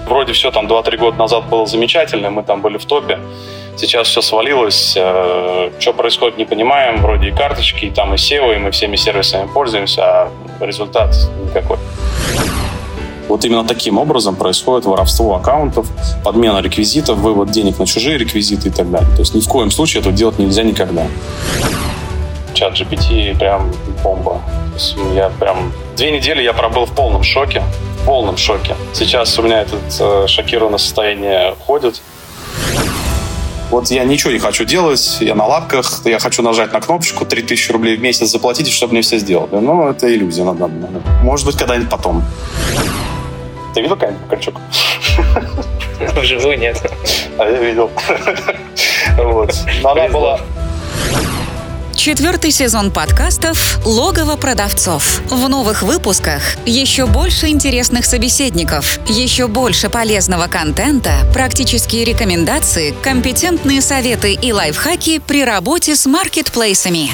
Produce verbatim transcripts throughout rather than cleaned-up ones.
вроде все там два-три года назад было замечательно, мы там были в топе. Сейчас все свалилось, э, что происходит, не понимаем. Вроде и карточки, и там и сео, и мы всеми сервисами пользуемся, а результат никакой. Вот именно таким образом происходит воровство аккаунтов, подмена реквизитов, вывод денег на чужие реквизиты и так далее. То есть ни в коем случае этого делать нельзя никогда. Чат джи пи ти прям бомба. То есть я прям... Две недели я пробыл в полном шоке. В полном шоке. Сейчас у меня это э, шокированное состояние ходит. Вот я ничего не хочу делать, я на лапках, я хочу нажать на кнопочку, три тысячи рублей в месяц заплатить, чтобы мне все сделали. Ну, это иллюзия на данный момент. Может быть, когда-нибудь потом. Ты видел когда-нибудь Кольчук? Вживую нет. А я видел. Вот. Но она была... Четвертый сезон подкастов «Логово продавцов». В новых выпусках еще больше интересных собеседников, еще больше полезного контента, практические рекомендации, компетентные советы и лайфхаки при работе с маркетплейсами.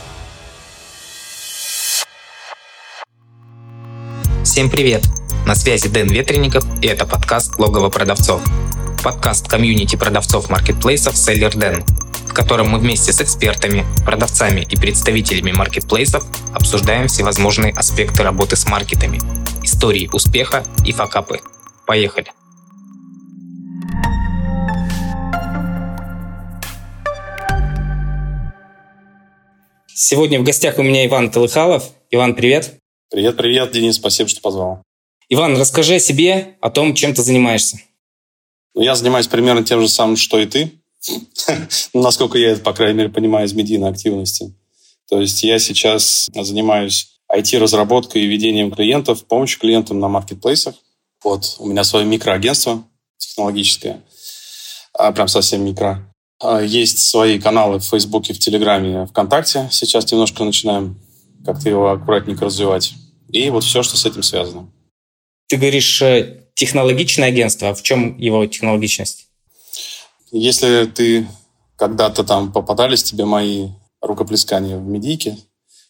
Всем привет! На связи Дэн Ветренников, и это подкаст «Логово продавцов». Подкаст комьюнити продавцов маркетплейсов SellerDen, в котором мы вместе с экспертами, продавцами и представителями маркетплейсов обсуждаем всевозможные аспекты работы с маркетами, истории успеха и факапы. Поехали! Сегодня в гостях у меня Иван Колыхалов. Иван, привет! Привет-привет, Денис, спасибо, что позвал. Иван, расскажи о себе, о том, чем ты занимаешься. Я занимаюсь примерно тем же самым, что и ты. Насколько я это, по крайней мере, понимаю из медийной активности. То есть я сейчас занимаюсь ай ти-разработкой и ведением клиентов, помощью клиентам на маркетплейсах. Вот, у меня свое микроагентство технологическое, а прям совсем микро. Есть свои каналы в Фейсбуке, в Телеграме, ВКонтакте. Сейчас немножко начинаем как-то его аккуратненько развивать. И вот все, что с этим связано. Ты говоришь технологичное агентство. А в чем его технологичность? Если ты когда-то там попадались тебе мои рукоплескания в медийке,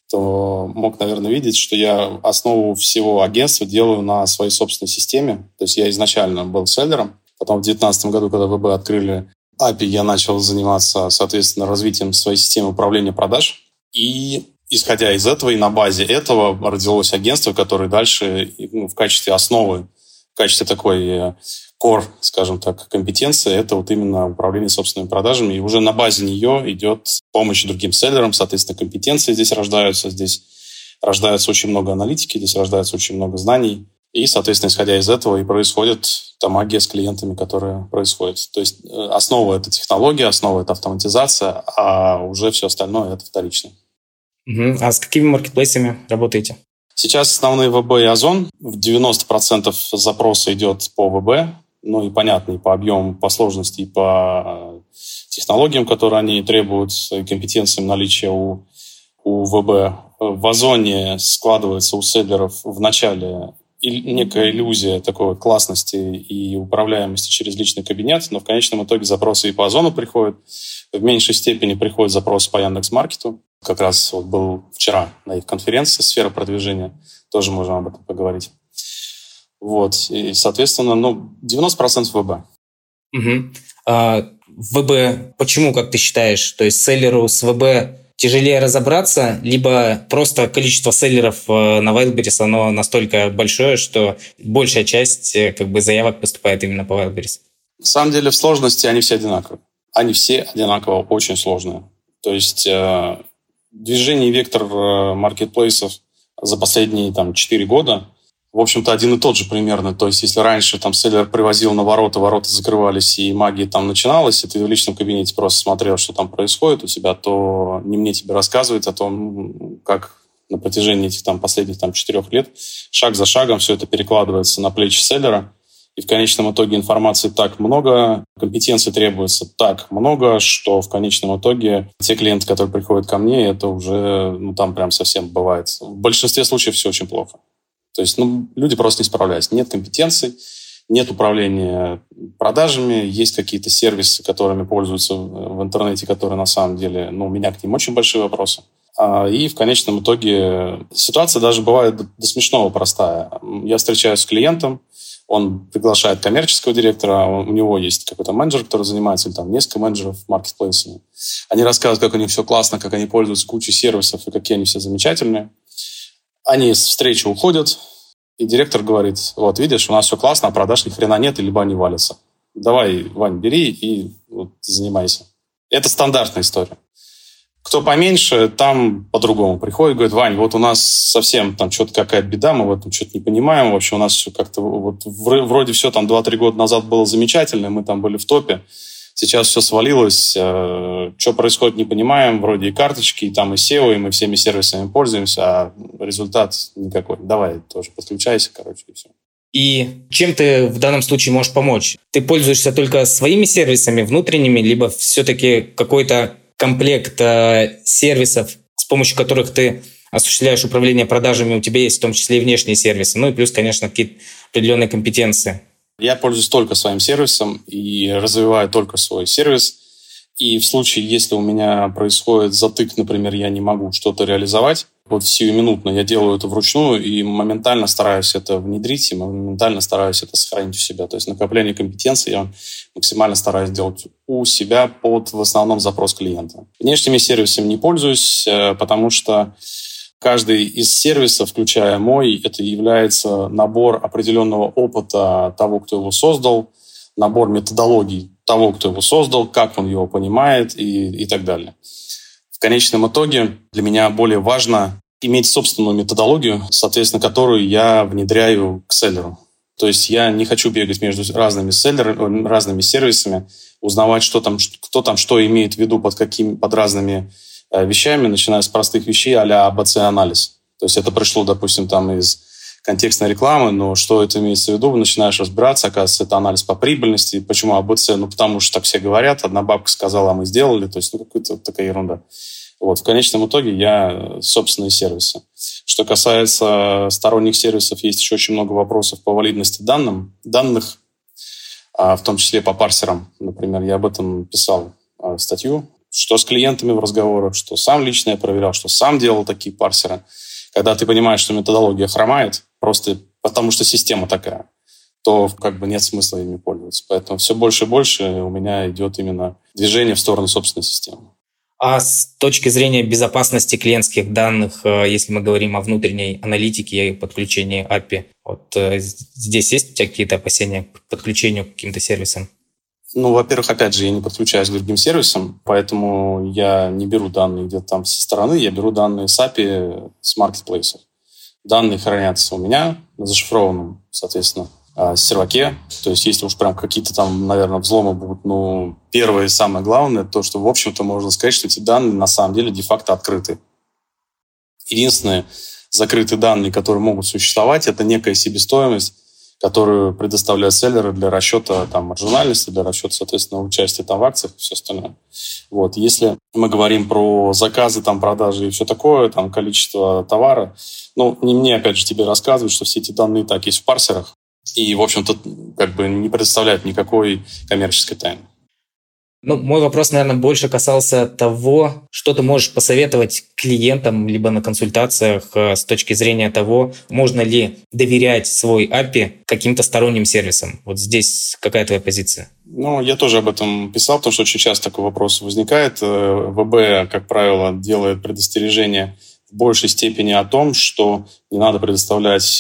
то мог, наверное, видеть, что я основу всего агентства делаю на своей собственной системе. То есть я изначально был селлером. Потом в две тысячи девятнадцатом году, когда вэ бэ открыли эй пи ай, я начал заниматься, соответственно, развитием своей системы управления продаж. И исходя из этого и на базе этого родилось агентство, которое дальше ну, в качестве основы, в качестве такой core, скажем так, компетенции, это вот именно управление собственными продажами. И уже на базе нее идет помощь другим селлерам, соответственно, компетенции здесь рождаются, здесь рождается очень много аналитики, здесь рождается очень много знаний. И, соответственно, исходя из этого и происходит та магия с клиентами, которая происходит. То есть основа — это технология, основа — это автоматизация, а уже все остальное — это вторично. Uh-huh. А с какими маркетплейсами работаете? Сейчас основные вэ бэ и Озон. В девяносто процентов запроса идет по вэ бэ. Ну и понятно, и по объему, по сложности, и по технологиям, которые они требуют, и компетенциям наличия у, у вэ бэ. В Озоне складывается у селлеров в начале некая иллюзия такой классности и управляемости через личный кабинет, но в конечном итоге запросы и по Озону приходят. В меньшей степени приходят запросы по Яндекс.Маркету. Как раз вот был вчера на их конференции «Сфера продвижения». Тоже можем об этом поговорить. Вот. И, соответственно, ну, девяносто процентов вэ бэ. Угу. А вэ бэ, почему, как ты считаешь? То есть селлеру с вэ бэ тяжелее разобраться, либо просто количество селлеров на Wildberries, оно настолько большое, что большая часть как бы заявок поступает именно по Wildberries? На самом деле в сложности они все одинаковые. Они все одинаково очень сложные. То есть э, движение и вектор э, маркетплейсов за последние там, четыре года, в общем-то, один и тот же примерно. То есть если раньше там селлер привозил на ворота, ворота закрывались, и магия там начиналась, и ты в личном кабинете просто смотрел, что там происходит у тебя, то не мне тебе рассказывать о том, как на протяжении этих там, последних там, четырех лет шаг за шагом все это перекладывается на плечи селлера. И в конечном итоге информации так много, компетенций требуется так много, что в конечном итоге те клиенты, которые приходят ко мне, это уже, ну, там прям совсем бывает. В большинстве случаев все очень плохо. То есть, ну, люди просто не справляются. Нет компетенций, нет управления продажами, есть какие-то сервисы, которыми пользуются в интернете, которые на самом деле, ну, у меня к ним очень большие вопросы. И в конечном итоге ситуация даже бывает до смешного простая. Я встречаюсь с клиентом, Он приглашает коммерческого директора, у него есть какой-то менеджер, который занимается, или там несколько менеджеров маркетплейсами. Они рассказывают, как у них все классно, как они пользуются кучей сервисов и какие они все замечательные. Они с встречи уходят, и директор говорит: вот, видишь, у нас все классно, а продаж ни хрена нет, и либо они валятся. Давай, Вань, бери и вот, занимайся. Это стандартная история. Кто поменьше, там по-другому приходит, говорит: Вань, вот у нас совсем там что-то какая-то беда, мы в этом что-то не понимаем. Вообще у нас все как-то вот вроде все там два-три года назад было замечательно, мы там были в топе. Сейчас все свалилось, э, что происходит, не понимаем. Вроде и карточки, и там и сео, и мы всеми сервисами пользуемся, а результат никакой. Давай тоже подключайся, короче, и все. И чем ты в данном случае можешь помочь? Ты пользуешься только своими сервисами внутренними, либо все-таки какой-то комплект э, сервисов, с помощью которых ты осуществляешь управление продажами, у тебя есть в том числе и внешние сервисы, ну и плюс, конечно, какие-то определенные компетенции. Я пользуюсь только своим сервисом и развиваю только свой сервис. И в случае, если у меня происходит затык, например, я не могу что-то реализовать, вот сиюминутно я делаю это вручную и моментально стараюсь это внедрить, и моментально стараюсь это сохранить у себя. То есть накопление компетенций я максимально стараюсь делать у себя под, в основном, запрос клиента. Внешними сервисами не пользуюсь, потому что каждый из сервисов, включая мой, это является набор определенного опыта того, кто его создал, набор методологий того, кто его создал, как он его понимает и, и так далее. В конечном итоге для меня более важно иметь собственную методологию, соответственно, которую я внедряю к селлеру. То есть я не хочу бегать между разными селлерами, разными сервисами, узнавать, что там, кто там что имеет в виду под, какими, под разными вещами, начиная с простых вещей а-ля эй би си-анализ. То есть это пришло, допустим, там из контекстной рекламы, но что это имеется в виду, начинаешь разбираться, оказывается, это анализ по прибыльности. Почему эй би си? Ну, потому что так все говорят, одна бабка сказала, а мы сделали, то есть ну, какая-то вот такая ерунда. Вот. В конечном итоге я собственные сервисы. Что касается сторонних сервисов, есть еще очень много вопросов по валидности данным, данных, в том числе по парсерам. Например, я об этом писал статью, что с клиентами в разговорах, что сам лично я проверял, что сам делал такие парсеры. Когда ты понимаешь, что методология хромает, просто потому что система такая, то как бы нет смысла ими пользоваться. Поэтому все больше и больше у меня идет именно движение в сторону собственной системы. А с точки зрения безопасности клиентских данных, если мы говорим о внутренней аналитике и подключении эй пи ай, вот здесь есть у тебя какие-то опасения к подключению к каким-то сервисам? Ну, во-первых, опять же, я не подключаюсь к другим сервисам, поэтому я не беру данные где-то там со стороны, я беру данные с эй пи ай, с маркетплейсов. Данные хранятся у меня на зашифрованном, соответственно, серваке. То есть, если уж прям какие-то там, наверное, взломы будут, ну, первое и самое главное, то, что, в общем-то, можно сказать, что эти данные на самом деле де-факто открыты. Единственные закрытые данные, которые могут существовать, это некая себестоимость, которую предоставляют селлеры для расчета там, маржинальности, для расчета, соответственно, участия там, в акциях и все остальное. Вот. Если мы говорим про заказы, там, продажи и все такое, там, количество товара, ну, не мне, опять же, тебе рассказывать, что все эти данные так есть в парсерах и, в общем-то, как бы не предоставляют никакой коммерческой тайны. Ну, мой вопрос, наверное, больше касался того, что ты можешь посоветовать клиентам либо на консультациях с точки зрения того, можно ли доверять свой эй пи ай каким-то сторонним сервисам. Вот здесь какая твоя позиция? Ну, я тоже об этом писал, потому что очень часто такой вопрос возникает. ВБ, как правило, делает предостережение в большей степени о том, что не надо предоставлять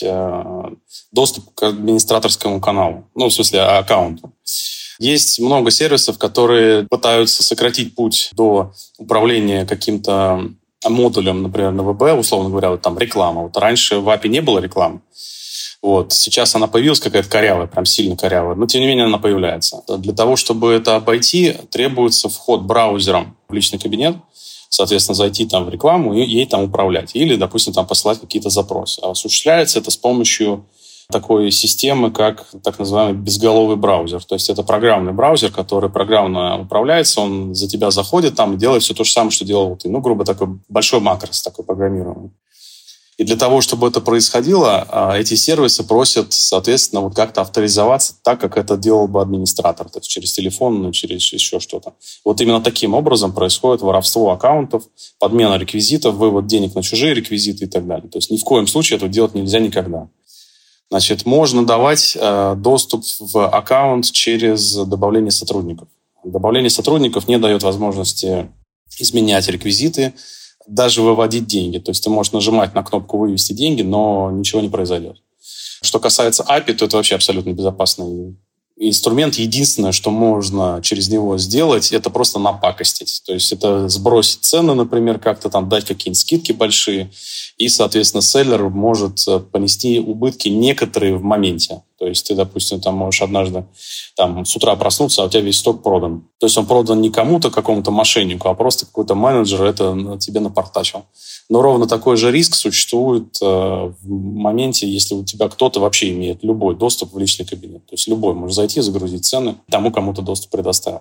доступ к администраторскому каналу, ну, в смысле, аккаунту. Есть много сервисов, которые пытаются сократить путь до управления каким-то модулем, например, на ВБ, условно говоря, вот там реклама. Вот раньше в эй пи ай не было рекламы. Вот. Сейчас она появилась какая-то корявая, прям сильно корявая, но тем не менее она появляется. Для того, чтобы это обойти, требуется вход браузером в личный кабинет, соответственно, зайти там в рекламу и ей там управлять. Или, допустим, там посылать какие-то запросы. А осуществляется это с помощью такой системы, как так называемый безголовый браузер. То есть это программный браузер, который программно управляется, он за тебя заходит там и делает все то же самое, что делал ты. Ну, грубо такой большой макрос, такой программируемый. И для того, чтобы это происходило, эти сервисы просят, соответственно, вот как-то авторизоваться так, как это делал бы администратор, то есть через телефон, ну, через еще что-то. Вот именно таким образом происходит воровство аккаунтов, подмена реквизитов, вывод денег на чужие реквизиты и так далее. То есть ни в коем случае этого делать нельзя никогда. Значит, можно давать э, доступ в аккаунт через добавление сотрудников. Добавление сотрудников не дает возможности изменять реквизиты, даже выводить деньги. То есть ты можешь нажимать на кнопку «Вывести деньги», но ничего не произойдет. Что касается эй пи ай, то это вообще абсолютно безопасный инструмент. Единственное, что можно через него сделать, это просто напакостить. То есть это сбросить цены, например, как-то там дать какие-нибудь скидки большие, и, соответственно, селлер может понести убытки некоторые в моменте. То есть ты, допустим, там можешь однажды там, с утра проснуться, а у тебя весь сток продан. То есть он продан не кому-то, какому-то мошеннику, а просто какой-то менеджер это тебе напортачил. Но ровно такой же риск существует э, в моменте, если у тебя кто-то вообще имеет любой доступ в личный кабинет. То есть любой может зайти, загрузить цены, тому кому-то доступ предоставил.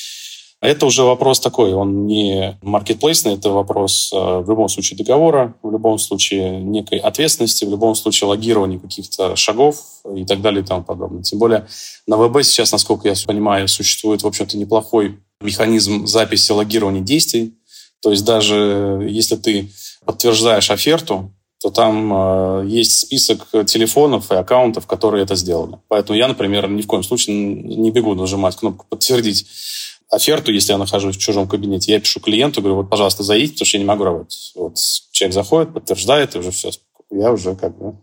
Это уже вопрос такой, он не маркетплейсный, это вопрос э, в любом случае договора, в любом случае некой ответственности, в любом случае логирования каких-то шагов и так далее и тому подобное. Тем более на ВБ сейчас, насколько я понимаю, существует, в общем-то, неплохой механизм записи логирования действий. То есть даже если ты подтверждаешь оферту, то там э, есть список телефонов и аккаунтов, которые это сделали. Поэтому я, например, ни в коем случае не бегу нажимать кнопку «Подтвердить оферту», если я нахожусь в чужом кабинете. Я пишу клиенту, говорю, вот, пожалуйста, зайдите, потому что я не могу работать. Вот человек заходит, подтверждает, и уже все. Я уже как бы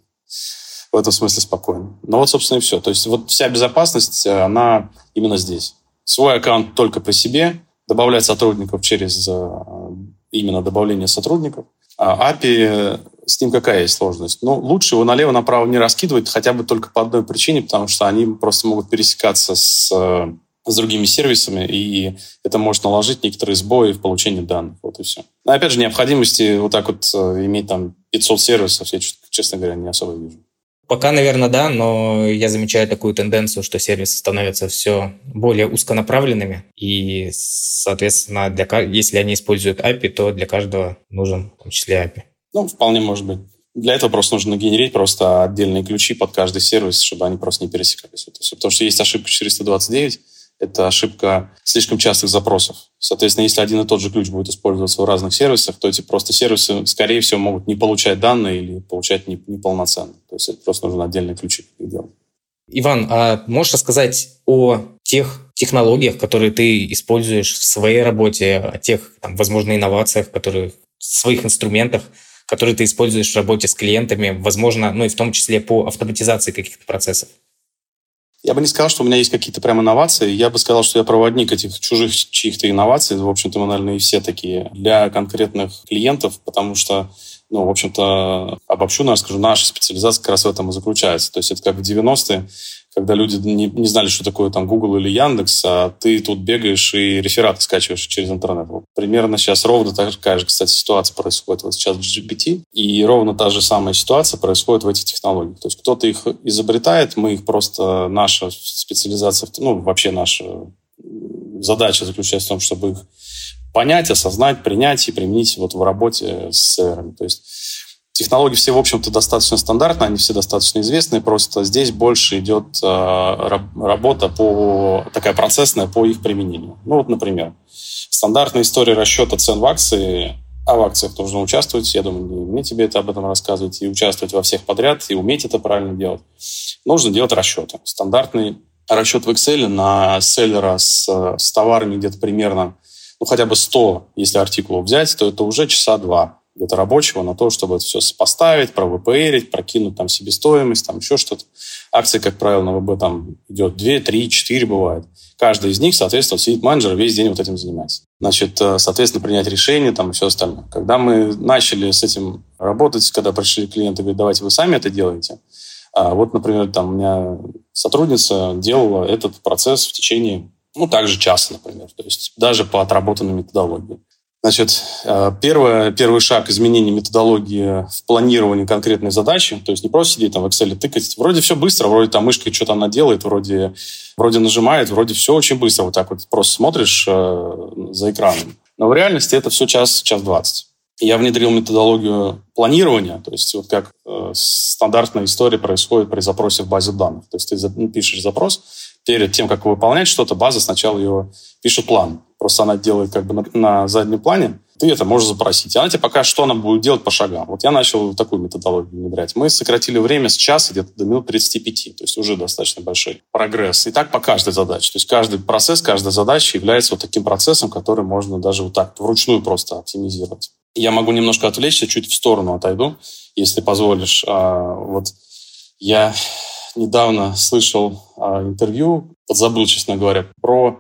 в этом смысле спокоен. Ну вот, собственно, и все. То есть вот вся безопасность, она именно здесь. Свой аккаунт только при себе, добавлять сотрудников через именно добавление сотрудников. А эй пи ай, с ним какая есть сложность? Ну, лучше его налево-направо не раскидывать, хотя бы только по одной причине, потому что они просто могут пересекаться с, с другими сервисами, и это может наложить некоторые сбои в получении данных. Вот и все. Но, опять же, необходимости вот так вот иметь там пятьсот сервисов, я, честно говоря, не особо вижу. Пока, наверное, да, но я замечаю такую тенденцию, что сервисы становятся все более узконаправленными, и, соответственно, для, если они используют эй пи ай, то для каждого нужен в том числе эй пи ай. Ну, вполне может быть. Для этого просто нужно генерить просто отдельные ключи под каждый сервис, чтобы они просто не пересекались. Потому что есть ошибка четыреста двадцать девять, это ошибка слишком частых запросов. Соответственно, если один и тот же ключ будет использоваться в разных сервисах, то эти просто сервисы, скорее всего, могут не получать данные или получать неполноценно. То есть это просто нужно отдельные ключи делать. Иван, а можешь рассказать о тех технологиях, которые ты используешь в своей работе, о тех, там, возможно, инновациях, которые в своих инструментах, которые ты используешь в работе с клиентами, возможно, ну и в том числе по автоматизации каких-то процессов? Я бы не сказал, что у меня есть какие-то прям инновации. Я бы сказал, что я проводник этих чужих чьих-то инноваций. В общем-то, мы, наверное, и все такие для конкретных клиентов, потому что, ну, в общем-то, обобщу, наверное, скажу, наша специализация как раз в этом и заключается. То есть это как в девяностые, когда люди не, не знали, что такое там Google или Яндекс, а ты тут бегаешь и рефераты скачиваешь через интернет. Вот примерно сейчас ровно такая же, кстати, ситуация происходит вот сейчас в джи пи ти, и ровно та же самая ситуация происходит в этих технологиях. То есть кто-то их изобретает, мы их просто, наша специализация, ну, вообще наша задача заключается в том, чтобы их понять, осознать, принять и применить вот в работе с серверами. То есть технологии все, в общем-то, достаточно стандартные, они все достаточно известные, просто здесь больше идет э, работа по, такая процессная по их применению. Ну вот, например, стандартная история расчета цен в акции, а в акциях нужно участвовать, я думаю, не мне тебе это об этом рассказывать, и участвовать во всех подряд, и уметь это правильно делать. Нужно делать расчеты. Стандартный расчет в Excel на селлера с, с товарами где-то примерно, ну хотя бы сто, если артикулов взять, то это уже часа два где-то рабочего на то, чтобы это все сопоставить, провприть, прокинуть там себестоимость, там еще что-то. Акции, как правило, на ВБ там идет два, три, четыре бывает. Каждый из них, соответственно, сидит менеджер, весь день вот этим занимается. Значит, соответственно, принять решение там и все остальное. Когда мы начали с этим работать, когда пришли клиенты, говорят, давайте вы сами это делаете. А вот, например, там у меня сотрудница делала этот процесс в течение, ну, также часа, например. То есть даже по отработанной методологии. Значит, первый, первый шаг изменения методологии в планировании конкретной задачи, то есть не просто сидеть там в Excel тыкать, вроде все быстро, вроде там мышкой что-то она делает, вроде, вроде нажимает, вроде все очень быстро, вот так вот просто смотришь э, за экраном. Но в реальности это все час, час двадцать. Я внедрил методологию планирования, то есть вот как э, стандартная история происходит при запросе в базе данных. То есть ты пишешь запрос, перед тем, как выполнять что-то, база сначала его пишет план. Просто она делает как бы на, на заднем плане ты это можешь запросить. Она тебе покажет, что она будет делать по шагам. Вот я начал такую методологию внедрять. Мы сократили время с часа где-то до минут тридцати пяти. То есть уже достаточно большой прогресс. И так по каждой задаче. То есть каждый процесс, каждая задача является вот таким процессом, который можно даже вот так вручную просто оптимизировать. Я могу немножко отвлечься, чуть в сторону отойду, если позволишь. Вот я недавно слышал интервью, подзабыл, честно говоря, про...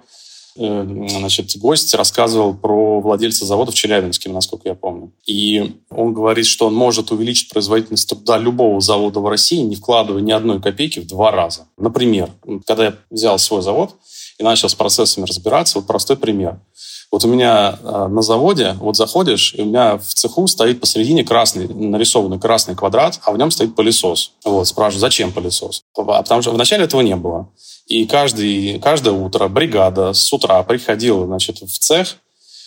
Значит, гость рассказывал про владельца завода в Челябинске, насколько я помню. И он говорит, что он может увеличить производительность труда любого завода в России, не вкладывая ни одной копейки, в два раза. Например, когда я взял свой завод и начал с процессами разбираться, вот простой пример. Вот у меня на заводе, вот заходишь, и у меня в цеху стоит посередине красный, нарисованный красный квадрат, а в нем стоит пылесос. Вот, спрашиваю, зачем пылесос? Потому что вначале этого не было. И каждый, каждое утро бригада с утра приходила, значит, в цех,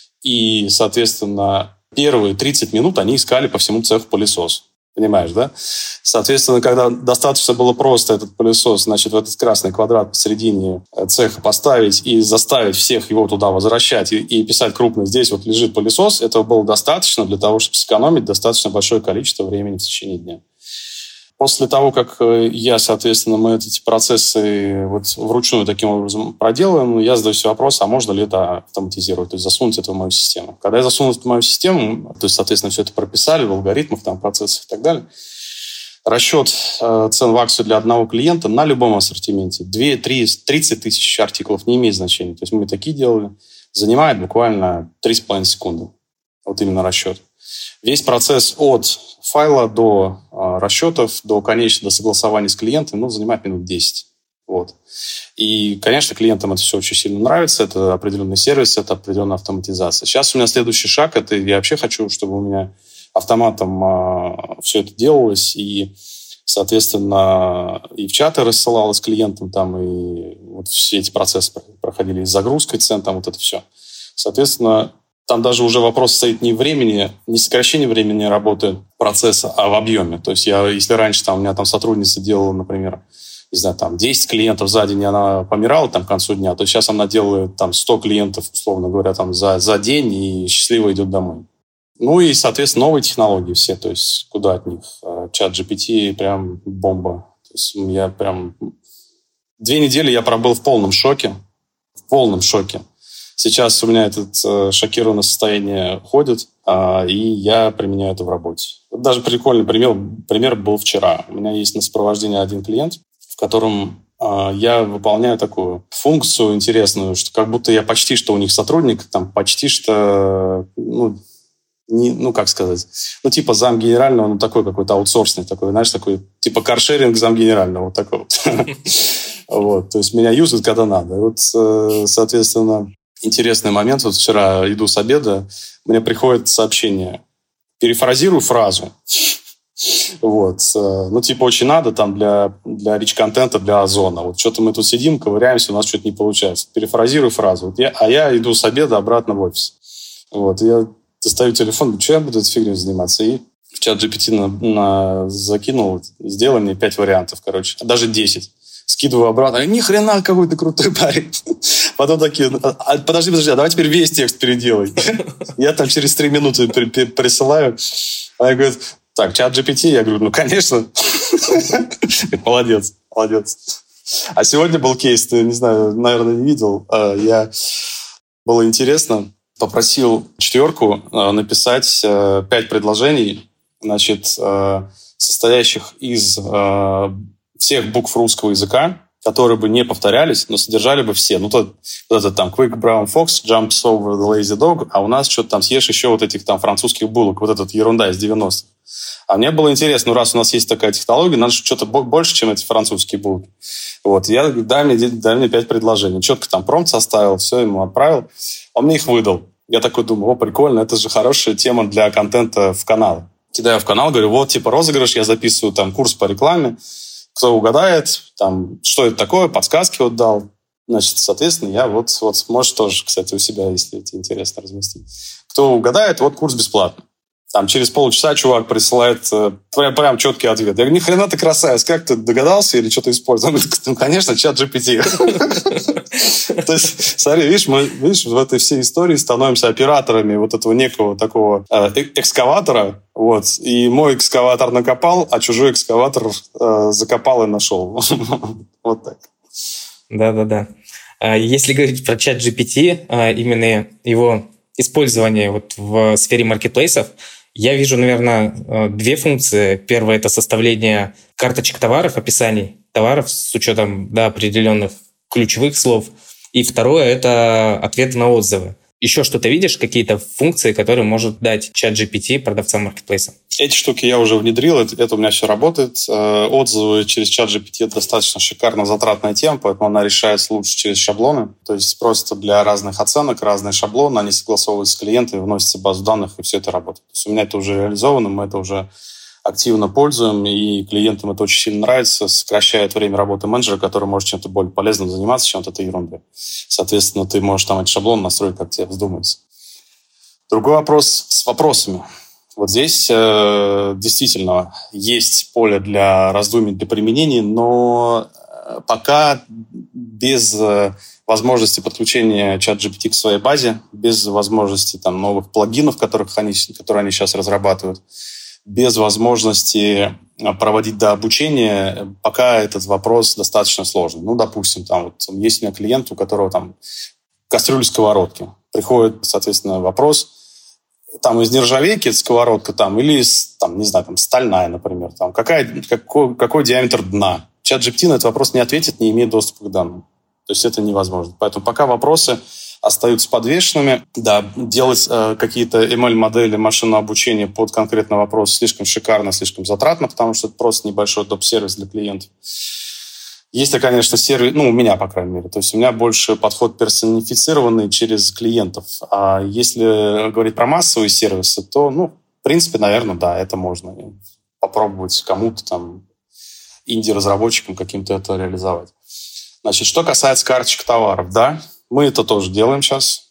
и, соответственно, первые тридцать минут они искали по всему цеху пылесос. Понимаешь, да? Соответственно, когда достаточно было просто этот пылесос, значит, в этот красный квадрат посередине цеха поставить и заставить всех его туда возвращать и, и писать крупно, здесь вот лежит пылесос, этого было достаточно для того, чтобы сэкономить достаточно большое количество времени в течение дня. После того, как я, соответственно, мы эти процессы вот вручную таким образом проделаем, я задаю себе вопрос, а можно ли это автоматизировать, то есть засунуть это в мою систему. Когда я засунул это в мою систему, то есть, соответственно, все это прописали в алгоритмах, там, процессах и так далее, расчет э, цен в акцию для одного клиента на любом ассортименте, два, три, тридцать тысяч артиклов, не имеет значения. То есть мы такие делали, занимает буквально три с половиной секунды. Вот именно расчет. Весь процесс от файла до э, расчетов, до конечного, до согласования с клиентом, ну, занимает минут десять. Вот. И, конечно, клиентам это все очень сильно нравится. Это определенный сервис, это определенная автоматизация. Сейчас у меня следующий шаг. Это я вообще хочу, чтобы у меня автоматом э, все это делалось. И, соответственно, и в чаты рассылалось клиентам, там, и вот все эти процессы проходили с загрузкой цен, там вот это все. Соответственно, там даже уже вопрос стоит не времени, не сокращение времени работы процесса, а в объеме. То есть я, если раньше там, у меня там сотрудница делала, например, не знаю, там десять клиентов за день, и она помирала там к концу дня, то сейчас она делает там сто клиентов, условно говоря, там за, за день и счастливо идет домой. Ну и, соответственно, новые технологии все, то есть куда от них? Чат джи пи ти прям бомба. То есть я прям... Две недели я пробыл в полном шоке, в полном шоке. Сейчас у меня это э, шокированное состояние ходит, э, и я применяю это в работе. Вот даже прикольный пример, пример был вчера. У меня есть на сопровождении один клиент, в котором э, я выполняю такую функцию интересную, что как будто я почти что у них сотрудник, там почти что, ну, не, ну как сказать, ну типа зам генерального, ну такой какой-то аутсорсный, такой, знаешь, такой типа каршеринг зам генерального, вот такой вот. Вот, то есть меня юзают, когда надо. И вот, соответственно, интересный момент. Вот вчера иду с обеда, мне приходит сообщение. Перефразирую фразу. Вот. Ну, типа, очень надо там для, для рич-контента, для Озона. Вот что-то мы тут сидим, ковыряемся, у нас что-то не получается. Перефразирую фразу. Вот я, а я иду с обеда обратно в офис. Вот. Я достаю телефон, что я буду этой фигней заниматься? И в чат джи пи ти на, на, закинул, сделай мне пять вариантов, короче. Даже десять. Скидываю обратно. Ни хрена, какой ты крутой парень. Потом такие, а, подожди, подожди, а давай теперь весь текст переделай. Я там через три минуты присылаю. Она говорит, так, чат джи пи ти? Я говорю, ну, конечно. Молодец, молодец. А сегодня был кейс, ты, не знаю, наверное, не видел. Я... Было интересно. Попросил четверку написать пять предложений, значит, состоящих из... всех букв русского языка, которые бы не повторялись, но содержали бы все. Ну, то, вот это там Quick Brown Fox, Jumps Over the Lazy Dog, а у нас что-то там съешь еще вот этих там французских булок, вот эта ерунда из девяностых. А мне было интересно, ну, раз у нас есть такая технология, надо что-то больше, чем эти французские булки. Вот, я говорю, дай мне, дай мне пять предложений. Четко там промпт составил, все ему отправил. Он мне их выдал. Я такой думаю, о, прикольно, это же хорошая тема для контента в канал. Кидаю в канал, говорю, вот, типа, розыгрыш, я записываю там курс по рекламе. Кто угадает, там, что это такое, подсказки вот дал. Значит, соответственно, я вот, вот можешь тоже, кстати, у себя, если тебе интересно, разместить. Кто угадает, вот курс бесплатно. Там через полчаса чувак присылает прям, прям четкий ответ. Я говорю, ни хрена ты красавец, как ты догадался или что-то использовал? Он говорит, ну, конечно, чат джи пи ти. То есть, смотри, видишь, мы видишь, в этой всей истории становимся операторами вот этого некого такого экскаватора, вот, и мой экскаватор накопал, а чужой экскаватор закопал и нашел. Вот так. Да-да-да. Если говорить про чат джи пи ти, именно его использование вот в сфере маркетплейсов, я вижу, наверное, две функции. Первая – это составление карточек товаров, описаний товаров с учетом да, определенных ключевых слов. И второе – это ответы на отзывы. Еще что-то видишь, какие-то функции, которые может дать чат джи пи ти продавцам маркетплейса? Эти штуки я уже внедрил, это, это у меня все работает. Отзывы через чат джи пи ти – это достаточно шикарно затратная тема, поэтому она решается лучше через шаблоны. То есть просто для разных оценок разные шаблоны, они согласовываются с клиентами, вносятся в базу данных, и все это работает. То есть у меня это уже реализовано, мы это уже активно пользуем, и клиентам это очень сильно нравится, сокращает время работы менеджера, который может чем-то более полезным заниматься, чем вот этой ерундой. Соответственно, ты можешь там эти шаблоны настроить, как тебе вздумается. Другой вопрос с вопросами. Вот здесь э, действительно есть поле для раздумий, для применений, но пока без э, возможности подключения чат джи пи ти к своей базе, без возможности там, новых плагинов, которых они, которые они сейчас разрабатывают, без возможности проводить до обучения, пока этот вопрос достаточно сложный. Ну, допустим, там вот есть у меня клиент, у которого там кастрюли-сковородки. Приходит, соответственно, вопрос, там из нержавейки сковородка там, или из, там, не знаю, там, стальная, например. Там, какая, какой, какой диаметр дна? чат джи пи ти на этот вопрос не ответит, не имеет доступа к данным. То есть это невозможно. Поэтому пока вопросы остаются подвешенными. Да, делать э, какие-то эм эль-модели машинного обучения под конкретный вопрос слишком шикарно, слишком затратно, потому что это просто небольшой доп-сервис для клиентов. Есть, конечно, сервис, ну, у меня, по крайней мере. То есть у меня больше подход персонифицированный через клиентов. А если говорить про массовые сервисы, то, ну, в принципе, наверное, да, это можно попробовать кому-то там, инди-разработчикам каким-то это реализовать. Значит, что касается карточек товаров, да, мы это тоже делаем сейчас.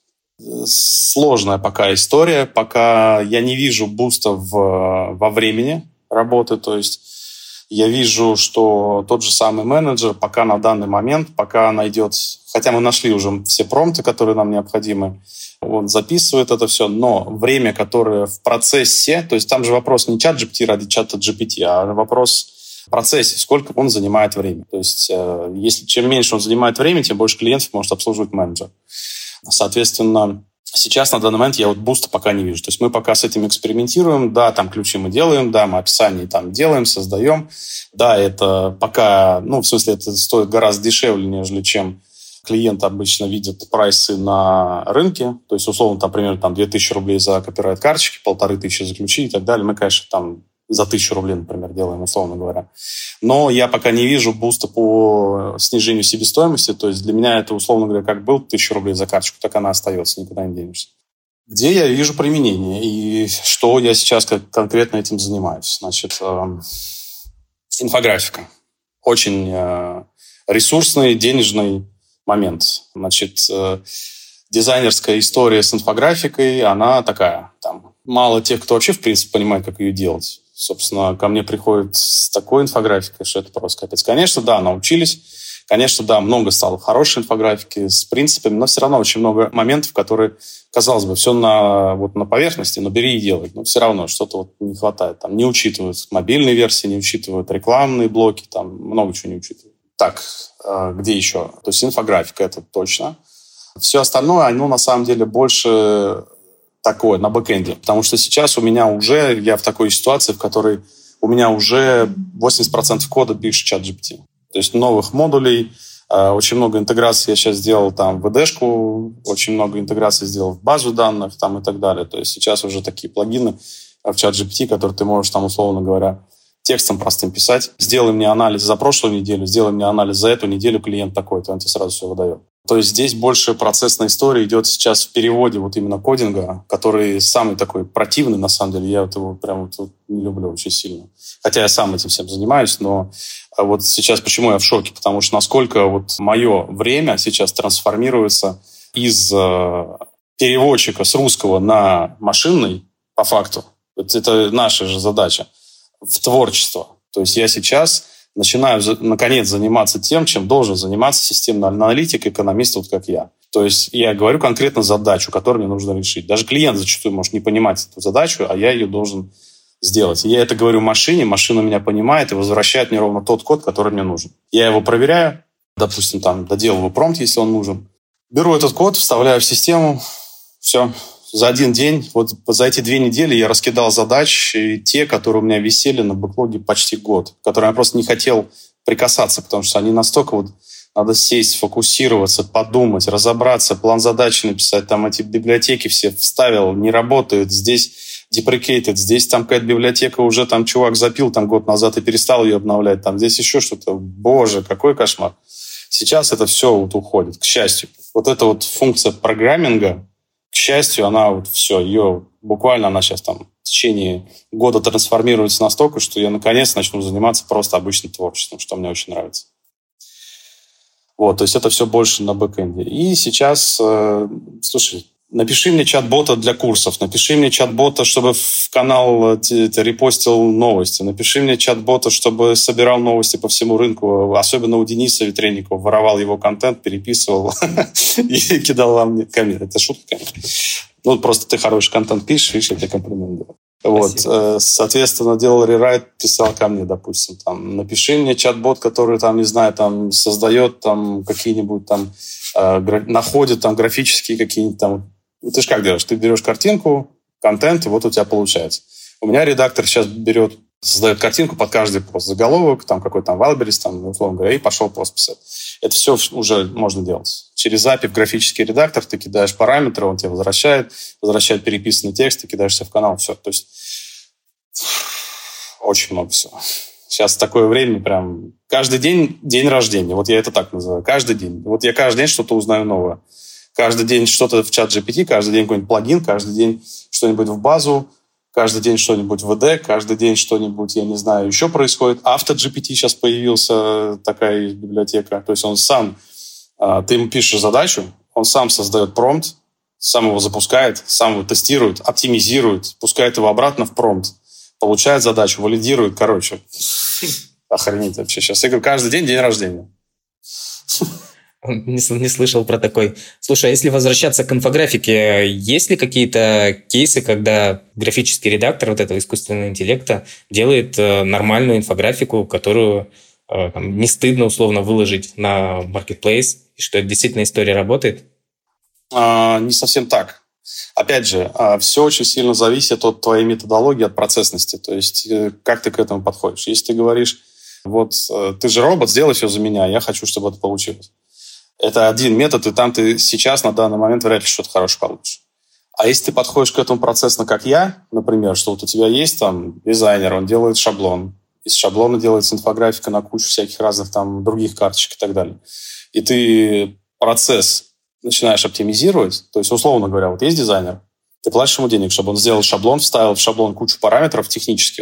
Сложная пока история, пока я не вижу буста в, во времени работы, то есть я вижу, что тот же самый менеджер пока на данный момент, пока найдет, хотя мы нашли уже все промпты, которые нам необходимы, он записывает это все, но время, которое в процессе, то есть там же вопрос не чат джи пи ти ради чата джи пи ти, а вопрос в процессе, сколько он занимает время. То есть э, если чем меньше он занимает времени, тем больше клиентов может обслуживать менеджер. Соответственно, сейчас на данный момент я вот буста пока не вижу. То есть мы пока с этим экспериментируем. Да, там ключи мы делаем, да, мы описание там делаем, создаем. Да, это пока, ну, в смысле, это стоит гораздо дешевле, нежели чем клиенты обычно видят прайсы на рынке. То есть, условно, там, примерно там, две тысячи рублей за копирайт карточки, полторы тысячи за ключи и так далее. Мы, конечно, там за тысячу рублей, например, делаем, условно говоря. Но я пока не вижу буста по снижению себестоимости. То есть для меня это, условно говоря, как был тысяча рублей за карточку, так она остается, никуда не денешься. Где я вижу применение и что я сейчас как конкретно этим занимаюсь? Значит, э, инфографика. Очень э, ресурсный, денежный момент. Значит, э, дизайнерская история с инфографикой, она такая. Там мало тех, кто вообще, в принципе, понимает, как ее делать. Собственно, ко мне приходят с такой инфографикой, что это просто капец. Конечно, да, научились. Конечно, да, много стало хорошей инфографики с принципами, но все равно очень много моментов, которые, казалось бы, все на, вот, на поверхности, но бери и делай. Но все равно что-то вот не хватает. Там не учитывают мобильные версии, не учитывают рекламные блоки, там много чего не учитывают. Так, где еще? То есть инфографика, это точно. Все остальное, оно на самом деле больше такое, на бэкэнде. Потому что сейчас у меня уже, я в такой ситуации, в которой у меня уже восемьдесят процентов кода пишет чат джи пи ти. То есть новых модулей, очень много интеграций я сейчас сделал там в и ди-шку, очень много интеграций сделал в базу данных там и так далее. То есть сейчас уже такие плагины в чат джи пи ти, которые ты можешь там, условно говоря, текстом простым писать. Сделай мне анализ за прошлую неделю, сделай мне анализ за эту неделю, клиент такой-то, он тебе сразу все выдает. То есть здесь больше процессная история идет сейчас в переводе вот именно кодинга, который самый такой противный, на самом деле. Я вот его прям вот не люблю очень сильно. Хотя я сам этим всем занимаюсь, но вот сейчас почему я в шоке? Потому что насколько вот мое время сейчас трансформируется из переводчика с русского на машинный, по факту. Это наша же задача. В творчество. То есть я сейчас начинаю, наконец, заниматься тем, чем должен заниматься системный аналитик, экономист, вот как я. То есть я говорю конкретно задачу, которую мне нужно решить. Даже клиент зачастую может не понимать эту задачу, а я ее должен сделать. И я это говорю машине, машина меня понимает и возвращает мне ровно тот код, который мне нужен. Я его проверяю, допустим, там, доделываю промпт, если он нужен. Беру этот код, вставляю в систему, все. За один день, вот за эти две недели я раскидал задачи, те, которые у меня висели на бэклоге почти год, которые я просто не хотел прикасаться, потому что они настолько вот надо сесть, фокусироваться, подумать, разобраться, план задачи написать, там эти библиотеки все вставил, не работают, здесь deprecated, здесь там какая-то библиотека уже там чувак запил там год назад и перестал ее обновлять, там здесь еще что-то. Боже, какой кошмар. Сейчас это все вот уходит, к счастью. Вот эта вот функция программинга, к счастью, она вот все, ее буквально она сейчас там в течение года трансформируется настолько, что я наконец начну заниматься просто обычным творчеством, что мне очень нравится. Вот, то есть это все больше на бэкэнде. И сейчас, э, слушай, напиши мне чат-бота для курсов, напиши мне чат-бота, чтобы в канал это, репостил новости, напиши мне чат-бота, чтобы собирал новости по всему рынку, особенно у Дениса Ветренникова, воровал его контент, переписывал и кидал вам комменты. Это шутка, конечно. Ну, просто ты хороший контент пишешь, видишь, я тебе комплимент делаю. Вот, соответственно, делал рерайт, писал ко мне, допустим, там, напиши мне чат-бот, который, там, не знаю, там, создает там какие-нибудь там, э, гра- находит там графические какие-нибудь там. Ты же как делаешь? Ты берешь картинку, контент, и вот у тебя получается. У меня редактор сейчас берет, создает картинку под каждый пост, заголовок, там какой-то там Wildberries, там, условно говоря, и пошел пост писать. Это все уже можно делать. Через эй пи ай в графический редактор ты кидаешь параметры, он тебе возвращает, возвращает переписанный текст, ты кидаешь себе в канал, все. То есть очень много всего. Сейчас такое время прям... Каждый день день рождения. Вот я это так называю. Каждый день. Вот я каждый день что-то узнаю новое. Каждый день что-то в чат джи пи ти, каждый день какой-нибудь плагин, каждый день что-нибудь в базу, каждый день что-нибудь в ви ди, каждый день что-нибудь, я не знаю, еще происходит. AutoGPT сейчас появился, такая библиотека. То есть он сам... Ты ему пишешь задачу, он сам создает промпт, сам его запускает, сам его тестирует, оптимизирует, пускает его обратно в промпт, получает задачу, валидирует. Короче, охренеть вообще сейчас. Я говорю, каждый день день рождения. Не, не слышал про такой. Слушай, а если возвращаться к инфографике, есть ли какие-то кейсы, когда графический редактор вот этого искусственного интеллекта делает э, нормальную инфографику, которую э, там, не стыдно условно выложить на Marketplace, и что это действительно история работает? А, не совсем так. Опять же, все очень сильно зависит от твоей методологии, от процессности. То есть, как ты к этому подходишь. Если ты говоришь, вот, ты же робот, сделай все за меня, я хочу, чтобы это получилось. Это один метод, и там ты сейчас, на данный момент, вряд ли что-то хорошее получишь. А если ты подходишь к этому процессно, как я, например, что вот у тебя есть там дизайнер, он делает шаблон, из шаблона делается инфографика на кучу всяких разных там других карточек и так далее. И ты процесс начинаешь оптимизировать, то есть, условно говоря, вот есть дизайнер, ты платишь ему денег, чтобы он сделал шаблон, вставил в шаблон кучу параметров технических.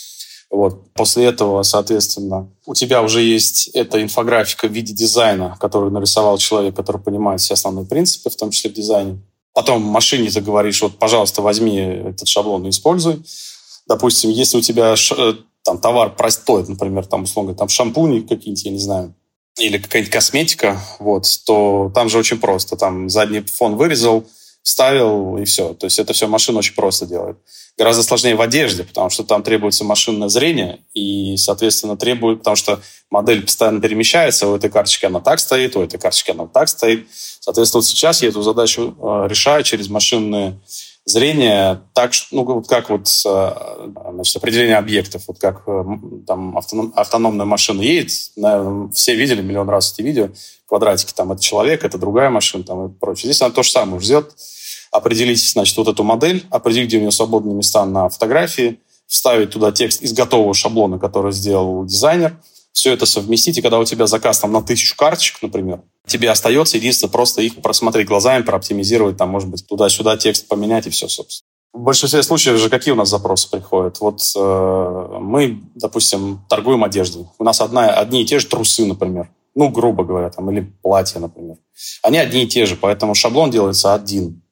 Вот. После этого, соответственно, у тебя уже есть эта инфографика в виде дизайна, которую нарисовал человек, который понимает все основные принципы, в том числе в дизайне. Потом машине ты говоришь, вот, пожалуйста, возьми этот шаблон и используй. Допустим, если у тебя там товар простой, например, там, условно, там шампуни какие-нибудь, я не знаю, или какая-нибудь косметика, вот, то там же очень просто. Там задний фон вырезал, вставил, и все. То есть это все машина очень просто делает. Гораздо сложнее в одежде, потому что там требуется машинное зрение, и, соответственно, требует, потому что модель постоянно перемещается, у этой карточки она так стоит, у этой карточки она так стоит. Соответственно, вот сейчас я эту задачу э, решаю через машинное зрение, так, ну, как вот значит, определение объектов, вот как там автоном, автономная машина едет, наверное, все видели миллион раз эти видео, квадратики, там, это человек, это другая машина, там, и прочее. Здесь она то же самое ждет. Определить, значит, вот эту модель, определить, где у нее свободные места на фотографии, вставить туда текст из готового шаблона, который сделал дизайнер, все это совместить, и когда у тебя заказ там на тысячу карточек, например, тебе остается единственное просто их просмотреть глазами, прооптимизировать, там, может быть, туда-сюда текст поменять, и все, собственно. В большинстве случаев же какие у нас запросы приходят? Вот э, мы, допустим, торгуем одеждой. У нас одна, одни и те же трусы, например. Ну, грубо говоря, там, или платья, например. Они одни и те же, поэтому шаблон делается один.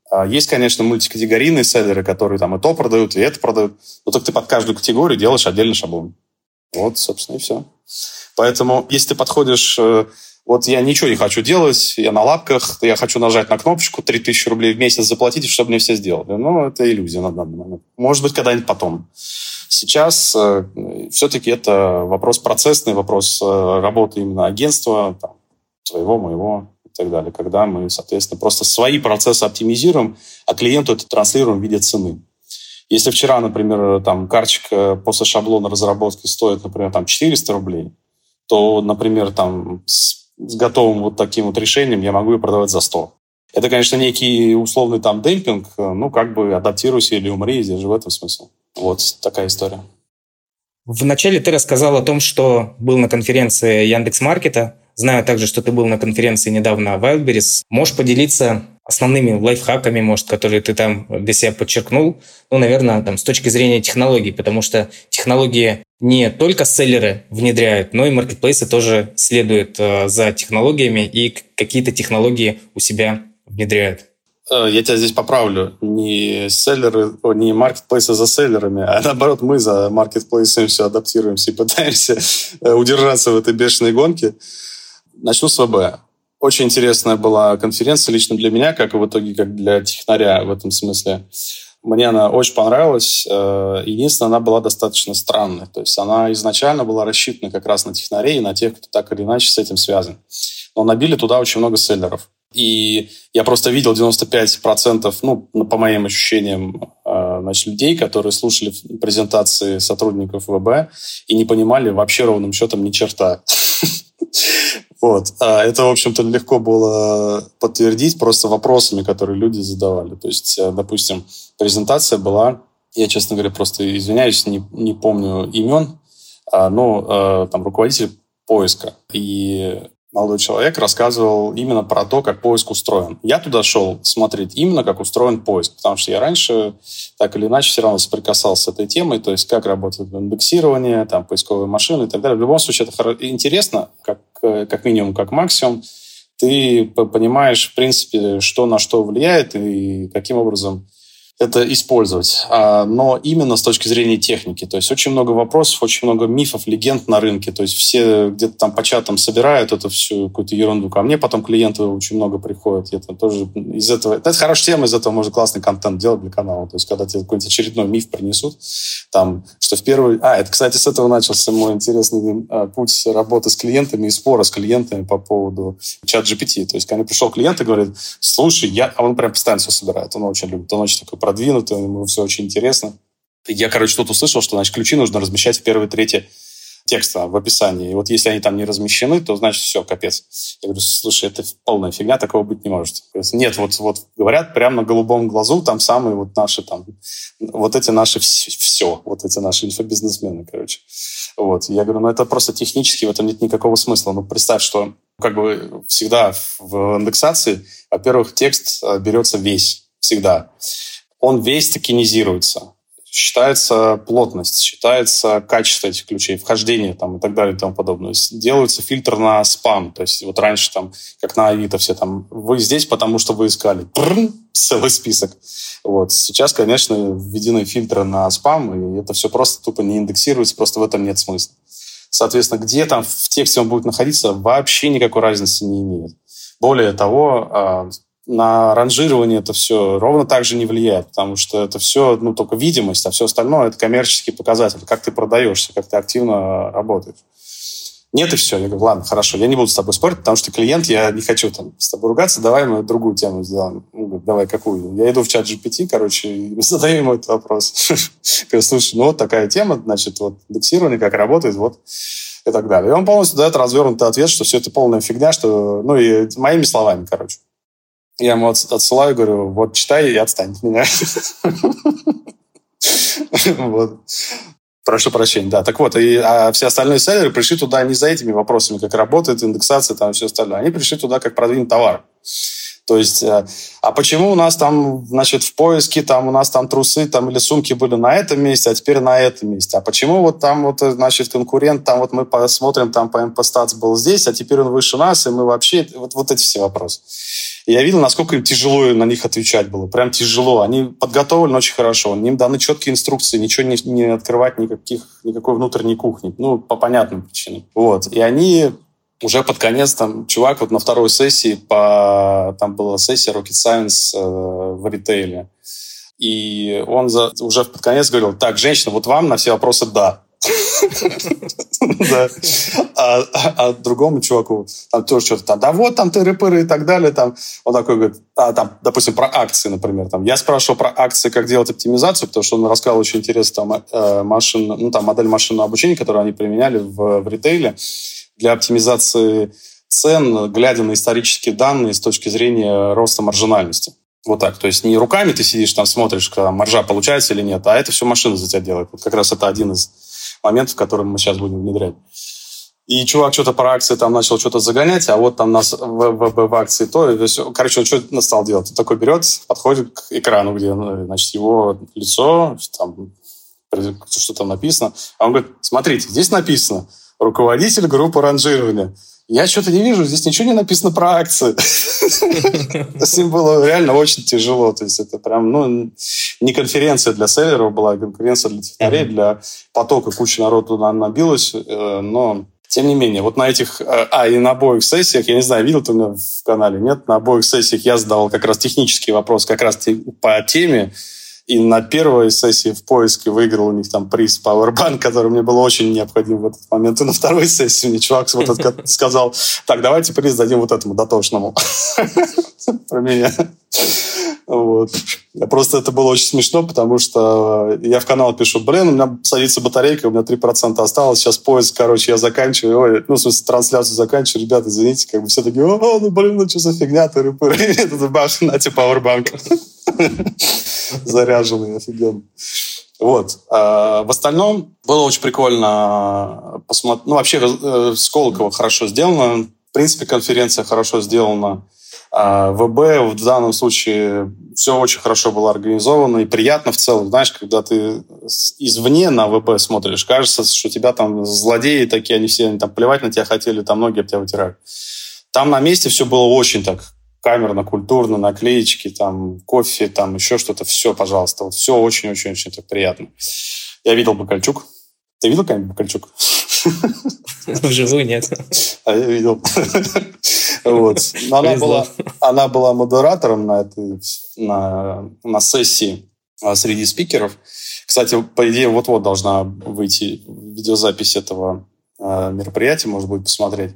Есть, конечно, мультикатегорийные селлеры, которые там и то продают, и это продают. Но только ты под каждую категорию делаешь отдельный шаблон. Вот, собственно, и все. Поэтому, если ты подходишь... Вот я ничего не хочу делать, я на лапках, я хочу нажать на кнопочку, три тысячи рублей в месяц заплатить, чтобы мне все сделали. Ну, это иллюзия на данный момент. Может быть, когда-нибудь потом. Сейчас э, все-таки это вопрос процессный, вопрос э, работы именно агентства, там, твоего, моего и так далее. Когда мы, соответственно, просто свои процессы оптимизируем, а клиенту это транслируем в виде цены. Если вчера, например, там, карточка после шаблона разработки стоит, например, там, четыреста рублей, то, например, там, с с готовым вот таким вот решением я могу ее продавать за сто. Это, конечно, некий условный там демпинг, ну, как бы адаптируйся или умри, здесь же в этом смысл. Вот такая история. Вначале ты рассказал о том, что был на конференции Яндекс.Маркета. Знаю также, что ты был на конференции недавно Wildberries. Можешь поделиться основными лайфхаками, может, которые ты там для себя подчеркнул? Ну, наверное, там, с точки зрения технологий, потому что технологии не только селлеры внедряют, но и маркетплейсы тоже следуют э, за технологиями и какие-то технологии у себя внедряют. Я тебя здесь поправлю. Не селлеры, не маркетплейсы за селлерами, а наоборот, мы за маркетплейсами все адаптируемся и пытаемся удержаться в этой бешеной гонке. Начну с ВБ. Очень интересная была конференция лично для меня, как и в итоге как для технаря в этом смысле. Мне она очень понравилась. Единственное, она была достаточно странной. То есть она изначально была рассчитана как раз на технарей и на тех, кто так или иначе с этим связан. Но набили туда очень много селлеров. И я просто видел девяносто пять процентов, ну, по моим ощущениям, значит, людей, которые слушали презентации сотрудников ВБ и не понимали вообще ровным счетом ни черта. Вот. А это, в общем-то, легко было подтвердить просто вопросами, которые люди задавали. То есть, допустим, презентация была, я, честно говоря, просто извиняюсь, не, не помню имен, но там руководитель поиска. И молодой человек рассказывал именно про то, как поиск устроен. Я туда шел смотреть именно, как устроен поиск, потому что я раньше так или иначе все равно соприкасался с этой темой, то есть как работает индексирование, там, поисковые машины и так далее. В любом случае это интересно, как, как минимум, как максимум. Ты понимаешь, в принципе, что на что влияет и каким образом это использовать. Но именно с точки зрения техники. То есть очень много вопросов, очень много мифов, легенд на рынке. То есть все где-то там по чатам собирают эту всю какую-то ерунду. Ко мне потом клиенты очень много приходят. Это тоже из этого... Это хорошая тема, из этого можно классный контент делать для канала. То есть когда тебе какой-нибудь очередной миф принесут, там, что в первый... А, это, кстати, с этого начался мой интересный а, путь работы с клиентами и спора с клиентами по поводу чат джи пи ти. То есть ко мне пришел клиент и говорит, слушай, я... А он прям постоянно все собирает. Он очень любит. Он очень такой продвинутый, ему все очень интересно. Я, короче, тут услышал, что, значит, ключи нужно размещать в первой трети текста в описании. И вот если они там не размещены, то, значит, все, капец. Я говорю, слушай, это полная фигня, такого быть не может. Нет, вот, вот говорят, прямо на голубом глазу там самые вот наши там, вот эти наши все, вот эти наши инфобизнесмены, короче. Вот. Я говорю, ну это просто технически, в этом нет никакого смысла. Ну, представь, что как бы всегда в индексации, во-первых, текст берется весь, всегда. Он весь токенизируется. Считается плотность, считается качество этих ключей, вхождение там, и так далее и тому подобное. Делается фильтр на спам. То есть вот раньше, там, как на Авито все там, вы здесь, потому что вы искали. Прррр, целый список. Вот. Сейчас, конечно, введены фильтры на спам, и это все просто тупо не индексируется, просто в этом нет смысла. Соответственно, где там в тексте он будет находиться, вообще никакой разницы не имеет. Более того, на ранжирование это все ровно так же не влияет, потому что это все, ну, только видимость, а все остальное — это коммерческие показатели, как ты продаешься, как ты активно работаешь. Нет, и все. Я говорю, ладно, хорошо, я не буду с тобой спорить, потому что клиент, я не хочу там с тобой ругаться, давай мы другую тему сделаем. Он говорит, давай, какую? Я иду в чат джи пи ти, короче, и задаю ему этот вопрос. Говорю, слушай, ну вот такая тема, значит, вот индексирование, как работает, вот, и так далее. И он полностью дает развернутый ответ, что все это полная фигня, что, ну, и моими словами, короче. Я ему отсылаю, говорю, вот читай и отстань от меня. Вот. Прошу прощения, да. Так вот, и, а все остальные селлеры пришли туда не за этими вопросами, как работает индексация, там все остальное. Они пришли туда, как продвинуть товар. То есть, а почему у нас там, значит, в поиске, там у нас там трусы там, или сумки были на этом месте, а теперь на этом месте? А почему вот там вот, значит, конкурент, там вот мы посмотрим, там по эм пи статс был здесь, а теперь он выше нас, и мы вообще... Вот, вот эти все вопросы. И я видел, насколько им тяжело на них отвечать было. Прям тяжело. Они подготовлены очень хорошо. Им даны четкие инструкции, ничего не, не открывать, никаких, никакой внутренней кухни. Ну, по понятным причинам. Вот. И они... Уже под конец там чувак вот на второй сессии, по, там была сессия Rocket Science э, в ритейле. И он за, уже под конец говорил: так, женщина, вот вам на все вопросы «да». А другому чуваку там тоже что-то там, да вот там тыры-пыры и так далее. Он такой говорит, там, допустим, про акции, например. Я спрашивал про акции, как делать оптимизацию, потому что он рассказал очень интересную машину, ну там модель машинного обучения, которую они применяли в ритейле для оптимизации цен, глядя на исторические данные с точки зрения роста маржинальности. Вот так. То есть не руками ты сидишь там смотришь, когда маржа получается или нет, а это все машина за тебя делает. Вот как раз это один из моментов, который мы сейчас будем внедрять. И чувак что-то про акции там начал что-то загонять, а вот там нас в, в, в акции то. то есть, короче, он что-то стал делать. Он такой берет, подходит к экрану, где, значит, его лицо, там, что там написано. А он говорит, смотрите, здесь написано руководитель группы ранжирования. Я что-то не вижу, здесь ничего не написано про акции. С ним было реально очень тяжело. То есть это прям, ну, не конференция для селлеров была, а конференция для технарей, для потока. Куча народу туда набилась, но тем не менее, вот на этих... А, и на обоих сессиях, я не знаю, видел ты у меня в канале, нет? На обоих сессиях я задавал как раз технический вопрос, как раз по теме. И на первой сессии в поиске выиграл у них там приз Powerbank, который мне было очень необходим в этот момент. И на второй сессии мне чувак вот сказал, так, давайте приз дадим вот этому дотошному. Про меня. Вот. Просто это было очень смешно, потому что я в канал пишу, блин, у меня садится батарейка, у меня три процента осталось, сейчас поиск, короче, я заканчиваю, ой, ну, в смысле, трансляцию заканчиваю, ребята, извините, как бы все такие, о, ну, блин, ну, что за фигня, тыры-пыры, это бах, нате Powerbank. Заряженный, офигенно. Вот. А в остальном было очень прикольно посмотреть. Ну, вообще, Сколково хорошо сделано. В принципе, конференция хорошо сделана. А ВБ в данном случае все очень хорошо было организовано и приятно в целом. Знаешь, когда ты извне на ВБ смотришь, кажется, что тебя там злодеи такие, они все они там плевать на тебя хотели, там ноги об тебя вытирают. Там на месте все было очень так камерно, культурно, наклеечки, там, кофе, там, еще что-то. Все, пожалуйста. Вот все очень-очень-очень так приятно. Я видел Бакальчук. Ты видел когда-нибудь Бакальчук? Вживую нет. А я видел. Вот. Но она была, она была модератором на, этой, на, на сессии среди спикеров. Кстати, по идее, вот-вот должна выйти видеозапись этого мероприятия, можно будет посмотреть.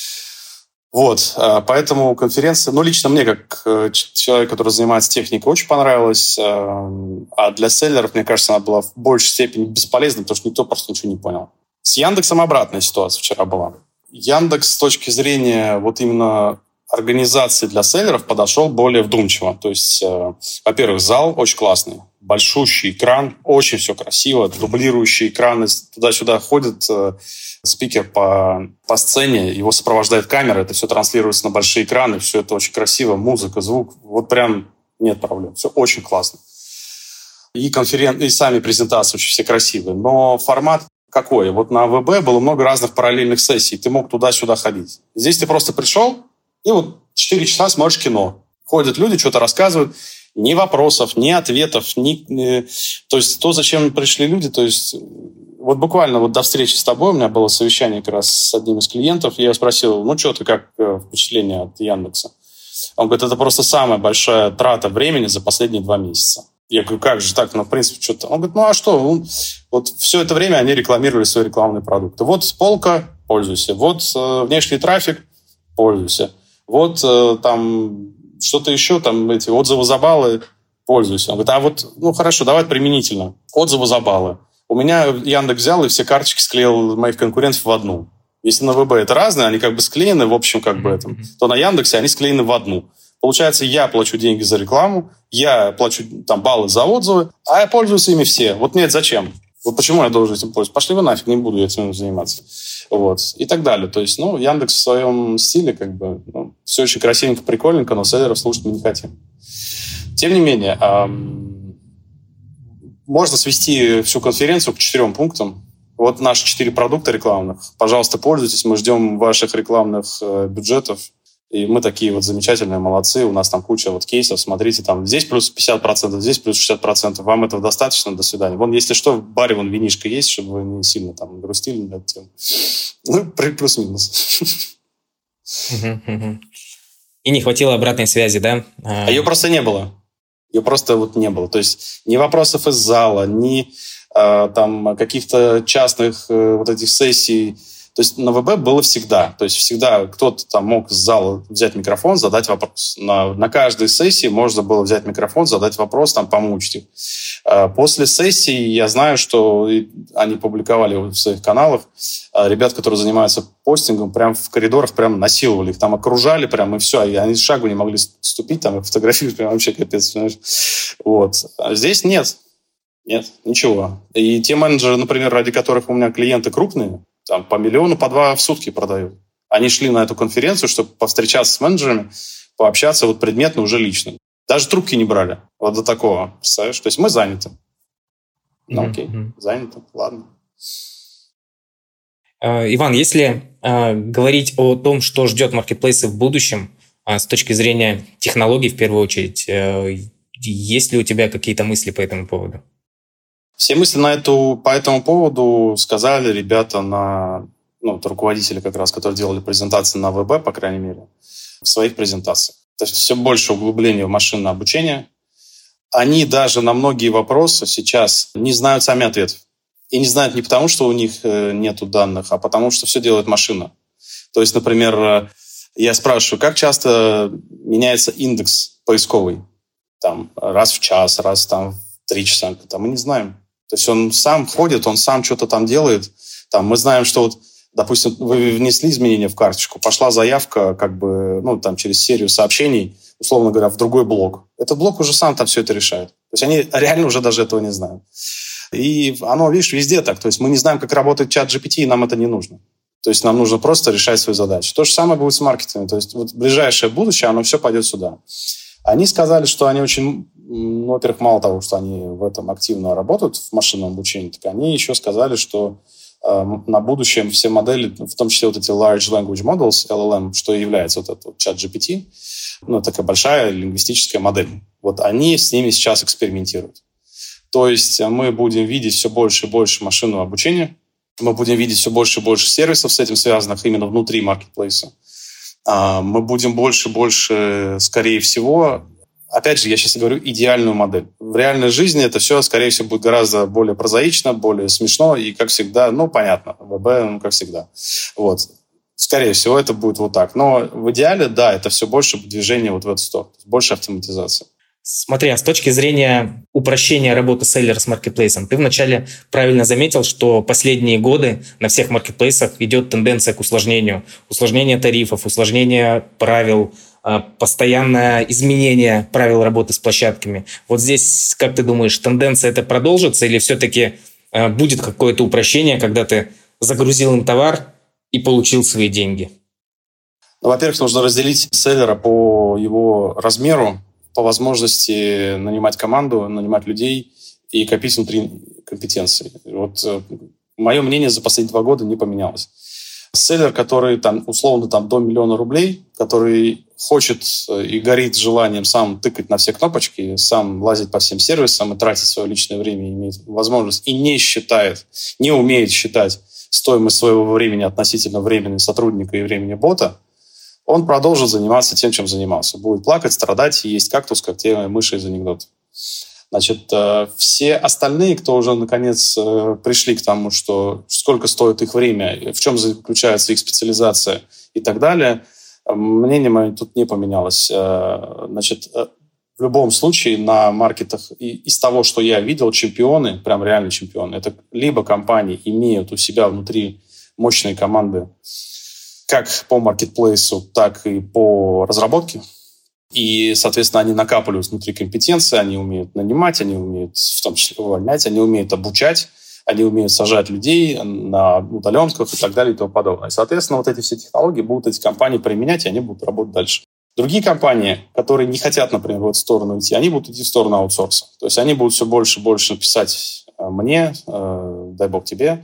Вот, поэтому конференция, ну, лично мне, как человек, который занимается техникой, очень понравилась, а для селлеров, мне кажется, она была в большей степени бесполезна, потому что никто просто ничего не понял. С Яндексом обратная ситуация вчера была. Яндекс с точки зрения вот именно организации для селлеров подошел более вдумчиво. То есть, во-первых, зал очень классный, большущий экран, очень все красиво, дублирующие экраны, туда-сюда ходят... Спикер по, по сцене, его сопровождает камера, это все транслируется на большие экраны, все это очень красиво, музыка, звук, вот прям нет проблем, все очень классно. И, конферен... и сами презентации очень все красивые, но формат какой? Вот на ВБ было много разных параллельных сессий, ты мог туда-сюда ходить. Здесь ты просто пришел, и вот четыре часа смотришь кино. Ходят люди, что-то рассказывают, ни вопросов, ни ответов, ни... то есть то, зачем пришли люди, то есть... Вот буквально вот до встречи с тобой у меня было совещание как раз с одним из клиентов. Я спросил, ну что ты, как впечатление от Яндекса? Он говорит, это просто самая большая трата времени за последние два месяца. Я говорю, как же так? Ну, в принципе, что-то... Он говорит, ну а что? Вот все это время они рекламировали свои рекламные продукты. Вот полка, пользуйся. Вот э, внешний трафик, пользуйся. Вот э, там что-то еще, там эти отзывы за баллы, пользуйся. Он говорит, а вот, ну хорошо, давай применительно. Отзывы за баллы. У меня Яндекс взял и все карточки склеил моих конкурентов в одну. Если на ВБ это разные, они как бы склеены, в общем, как бы этом, то на Яндексе они склеены в одну. Получается, я плачу деньги за рекламу, я плачу там баллы за отзывы, а я пользуюсь ими все. Вот мне это зачем? Вот почему я должен этим пользоваться? Пошли вы нафиг, не буду я этим заниматься. Вот. И так далее. То есть, ну, Яндекс в своем стиле, как бы, ну, все очень красивенько, прикольненько, но селлеров слушать мы не хотим. Тем не менее, эм, можно свести всю конференцию к четырем пунктам. Вот наши четыре продукта рекламных. Пожалуйста, пользуйтесь, мы ждем ваших рекламных э, бюджетов. И мы такие вот замечательные, молодцы. У нас там куча вот кейсов. Смотрите, там здесь плюс пятьдесят процентов, здесь плюс шестьдесят процентов. Вам этого достаточно? До свидания. Вон, если что, в баре вон винишко есть, чтобы вы не сильно там грустили над тем. Ну, плюс-минус. И не хватило обратной связи, да? А ее просто не было. Ее просто вот не было. То есть ни вопросов из зала, ни э, там каких-то частных э, вот этих сессий. То есть на ВБ было всегда. То есть всегда кто-то там мог с зала взять микрофон, задать вопрос. На, на каждой сессии можно было взять микрофон, задать вопрос, там, помучить их. После сессии я знаю, что они публиковали в своих каналах, ребят, которые занимаются постингом, прям в коридорах прям насиловали их, там окружали прям, и все. И они шагу не могли ступить, там, и фотографировать, прям вообще капец. Понимаешь? Вот. А здесь нет. Нет, ничего. И те менеджеры, например, ради которых у меня клиенты крупные, там по миллиону, по два в сутки продают. Они шли на эту конференцию, чтобы повстречаться с менеджерами, пообщаться вот предметно, уже лично. Даже трубки не брали. Вот до такого, представляешь? То есть мы заняты. Ну, mm-hmm. окей, заняты, ладно. Uh, Иван, если uh, говорить о том, что ждет маркетплейсы в будущем, uh, с точки зрения технологий в первую очередь, uh, есть ли у тебя какие-то мысли по этому поводу? Все мысли на эту, по этому поводу сказали ребята, на, ну, это руководители как раз, которые делали презентации на ВБ, по крайней мере, в своих презентациях. То есть все больше углубления в машинное обучение. Они даже на многие вопросы сейчас не знают сами ответов. И не знают не потому, что у них нету данных, а потому, что все делает машина. То есть, например, я спрашиваю, как часто меняется индекс поисковый? Там, раз в час, раз там, в три часа. Там, мы не знаем. То есть он сам ходит, он сам что-то там делает. Там, мы знаем, что вот, допустим, вы внесли изменения в карточку, пошла заявка как бы, ну, там, через серию сообщений, условно говоря, в другой блок. Этот блок уже сам там все это решает. То есть они реально уже даже этого не знают. И оно, видишь, везде так. То есть мы не знаем, как работает чат джи пи ти, и нам это не нужно. То есть нам нужно просто решать свои задачи. То же самое будет с маркетингом. То есть вот ближайшее будущее, оно все пойдет сюда. Они сказали, что они очень... Ну, во-первых, мало того, что они в этом активно работают, в машинном обучении, так они еще сказали, что э, на будущем все модели, в том числе вот эти Large Language Models, эл эл эм, что является вот этот вот чат джи пи ти, ну, такая большая лингвистическая модель. Вот они с ними сейчас экспериментируют. То есть мы будем видеть все больше и больше машинного обучения, мы будем видеть все больше и больше сервисов с этим связанных именно внутри маркетплейса. Мы будем больше и больше, скорее всего, опять же, я сейчас говорю идеальную модель. В реальной жизни это все, скорее всего, будет гораздо более прозаично, более смешно и, как всегда, ну, понятно, ВБ, ну, как всегда. Вот. Скорее всего, это будет вот так. Но в идеале, да, это все больше движение вот в эту сторону, больше автоматизации. Смотри, а с точки зрения упрощения работы селлера с маркетплейсом, ты вначале правильно заметил, что последние годы на всех маркетплейсах идет тенденция к усложнению. Усложнение тарифов, усложнение правил, постоянное изменение правил работы с площадками. Вот здесь, как ты думаешь, тенденция это продолжится или все-таки будет какое-то упрощение, когда ты загрузил им товар и получил свои деньги? Ну, во-первых, нужно разделить селлера по его размеру, по возможности нанимать команду, нанимать людей и копить внутри компетенции. Вот мое мнение за последние два года не поменялось. Селлер, который там, условно там, до миллиона рублей, который хочет и горит желанием сам тыкать на все кнопочки, сам лазить по всем сервисам и тратить свое личное время, имеет возможность и не считает, не умеет считать стоимость своего времени относительно времени сотрудника и времени бота, он продолжит заниматься тем, чем занимался. Будет плакать, страдать и есть кактус, как те мыши из анекдота. Значит, все остальные, кто уже, наконец, пришли к тому, что сколько стоит их время, в чем заключается их специализация и так далее, мнение мое тут не поменялось. Значит, в любом случае на маркетах из того, что я видел, чемпионы, прям реальные чемпионы, это либо компании имеют у себя внутри мощные команды, как по маркетплейсу, так и по разработке. И, соответственно, они накапливают внутри компетенции, они умеют нанимать, они умеют в том числе увольнять, они умеют обучать, они умеют сажать людей на удаленках и так далее и тому подобное. И, соответственно, вот эти все технологии будут эти компании применять, и они будут работать дальше. Другие компании, которые не хотят, например, в эту сторону идти, они будут идти в сторону аутсорса. То есть они будут все больше и больше писать мне, э, дай бог тебе,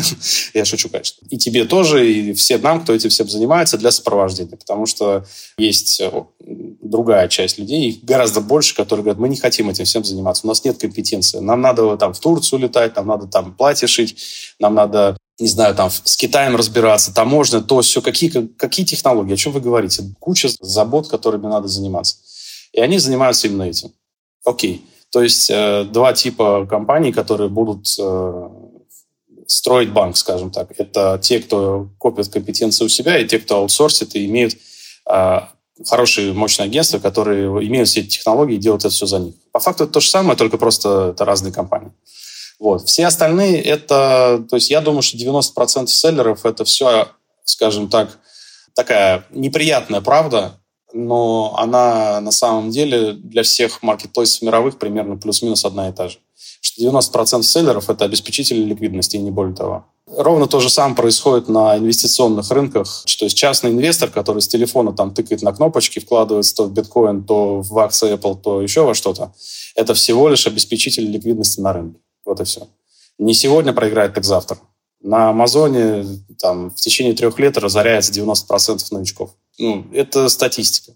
я шучу, конечно, и тебе тоже, и всем нам, кто этим всем занимается, для сопровождения. Потому что есть другая часть людей, их гораздо больше, которые говорят, мы не хотим этим всем заниматься, у нас нет компетенции. Нам надо там в Турцию летать, нам надо там платье шить, нам надо, не знаю, там с Китаем разбираться, таможня, то все. Какие, какие технологии, о чем вы говорите? Куча забот, которыми надо заниматься. И они занимаются именно этим. Окей. То есть э, два типа компаний, которые будут э, строить банк, скажем так. Это те, кто копит компетенции у себя, и те, кто аутсорсит и имеют э, хорошие, мощные агентства, которые имеют все эти технологии и делают это все за них. По факту это то же самое, только просто это разные компании. Вот. Все остальные это... То есть я думаю, что девяносто процентов селлеров это все, скажем так, такая неприятная правда, но она на самом деле для всех маркетплейсов мировых примерно плюс-минус одна и та же. Что девяносто процентов селлеров – это обеспечители ликвидности, и не более того. Ровно то же самое происходит на инвестиционных рынках. То есть частный инвестор, который с телефона там тыкает на кнопочки, вкладывается то в биткоин, то в акции Apple, то еще во что-то, это всего лишь обеспечитель ликвидности на рынке. Вот и все. Не сегодня проиграет, так завтра. На Амазоне там, в течение трех лет разоряется девяносто процентов новичков. Ну, это статистика.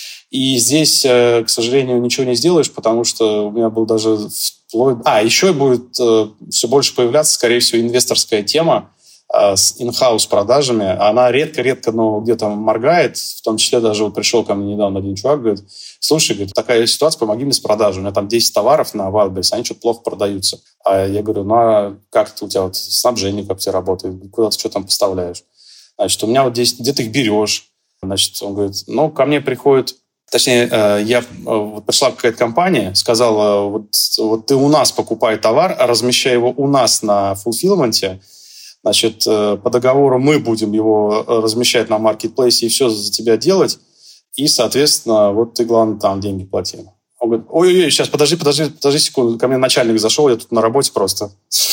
И здесь, к сожалению, ничего не сделаешь, потому что у меня был даже вплоть... А, еще будет все больше появляться, скорее всего, инвесторская тема с in-house продажами. Она редко-редко, но где-то моргает. В том числе даже вот пришел ко мне недавно один чувак, говорит, слушай, говорит, такая ситуация, помоги мне с продажей. У меня там десять товаров на Wildberries, они что-то плохо продаются. А я говорю, ну а как это у тебя вот снабжение, как у тебя работает? Куда ты что там поставляешь? Значит, у меня вот здесь, где ты их берешь? Значит, он говорит, ну, ко мне приходит... Точнее, я, вот пришла какая-то компания, сказала, вот, вот ты у нас покупай товар, размещай его у нас на фулфилменте, значит, по договору мы будем его размещать на маркетплейсе и все за тебя делать, и, соответственно, вот ты, главное, там деньги плати. Он говорит, ой-ой-ой, сейчас, подожди, подожди, подожди секунду, ко мне начальник зашел, я тут на работе просто.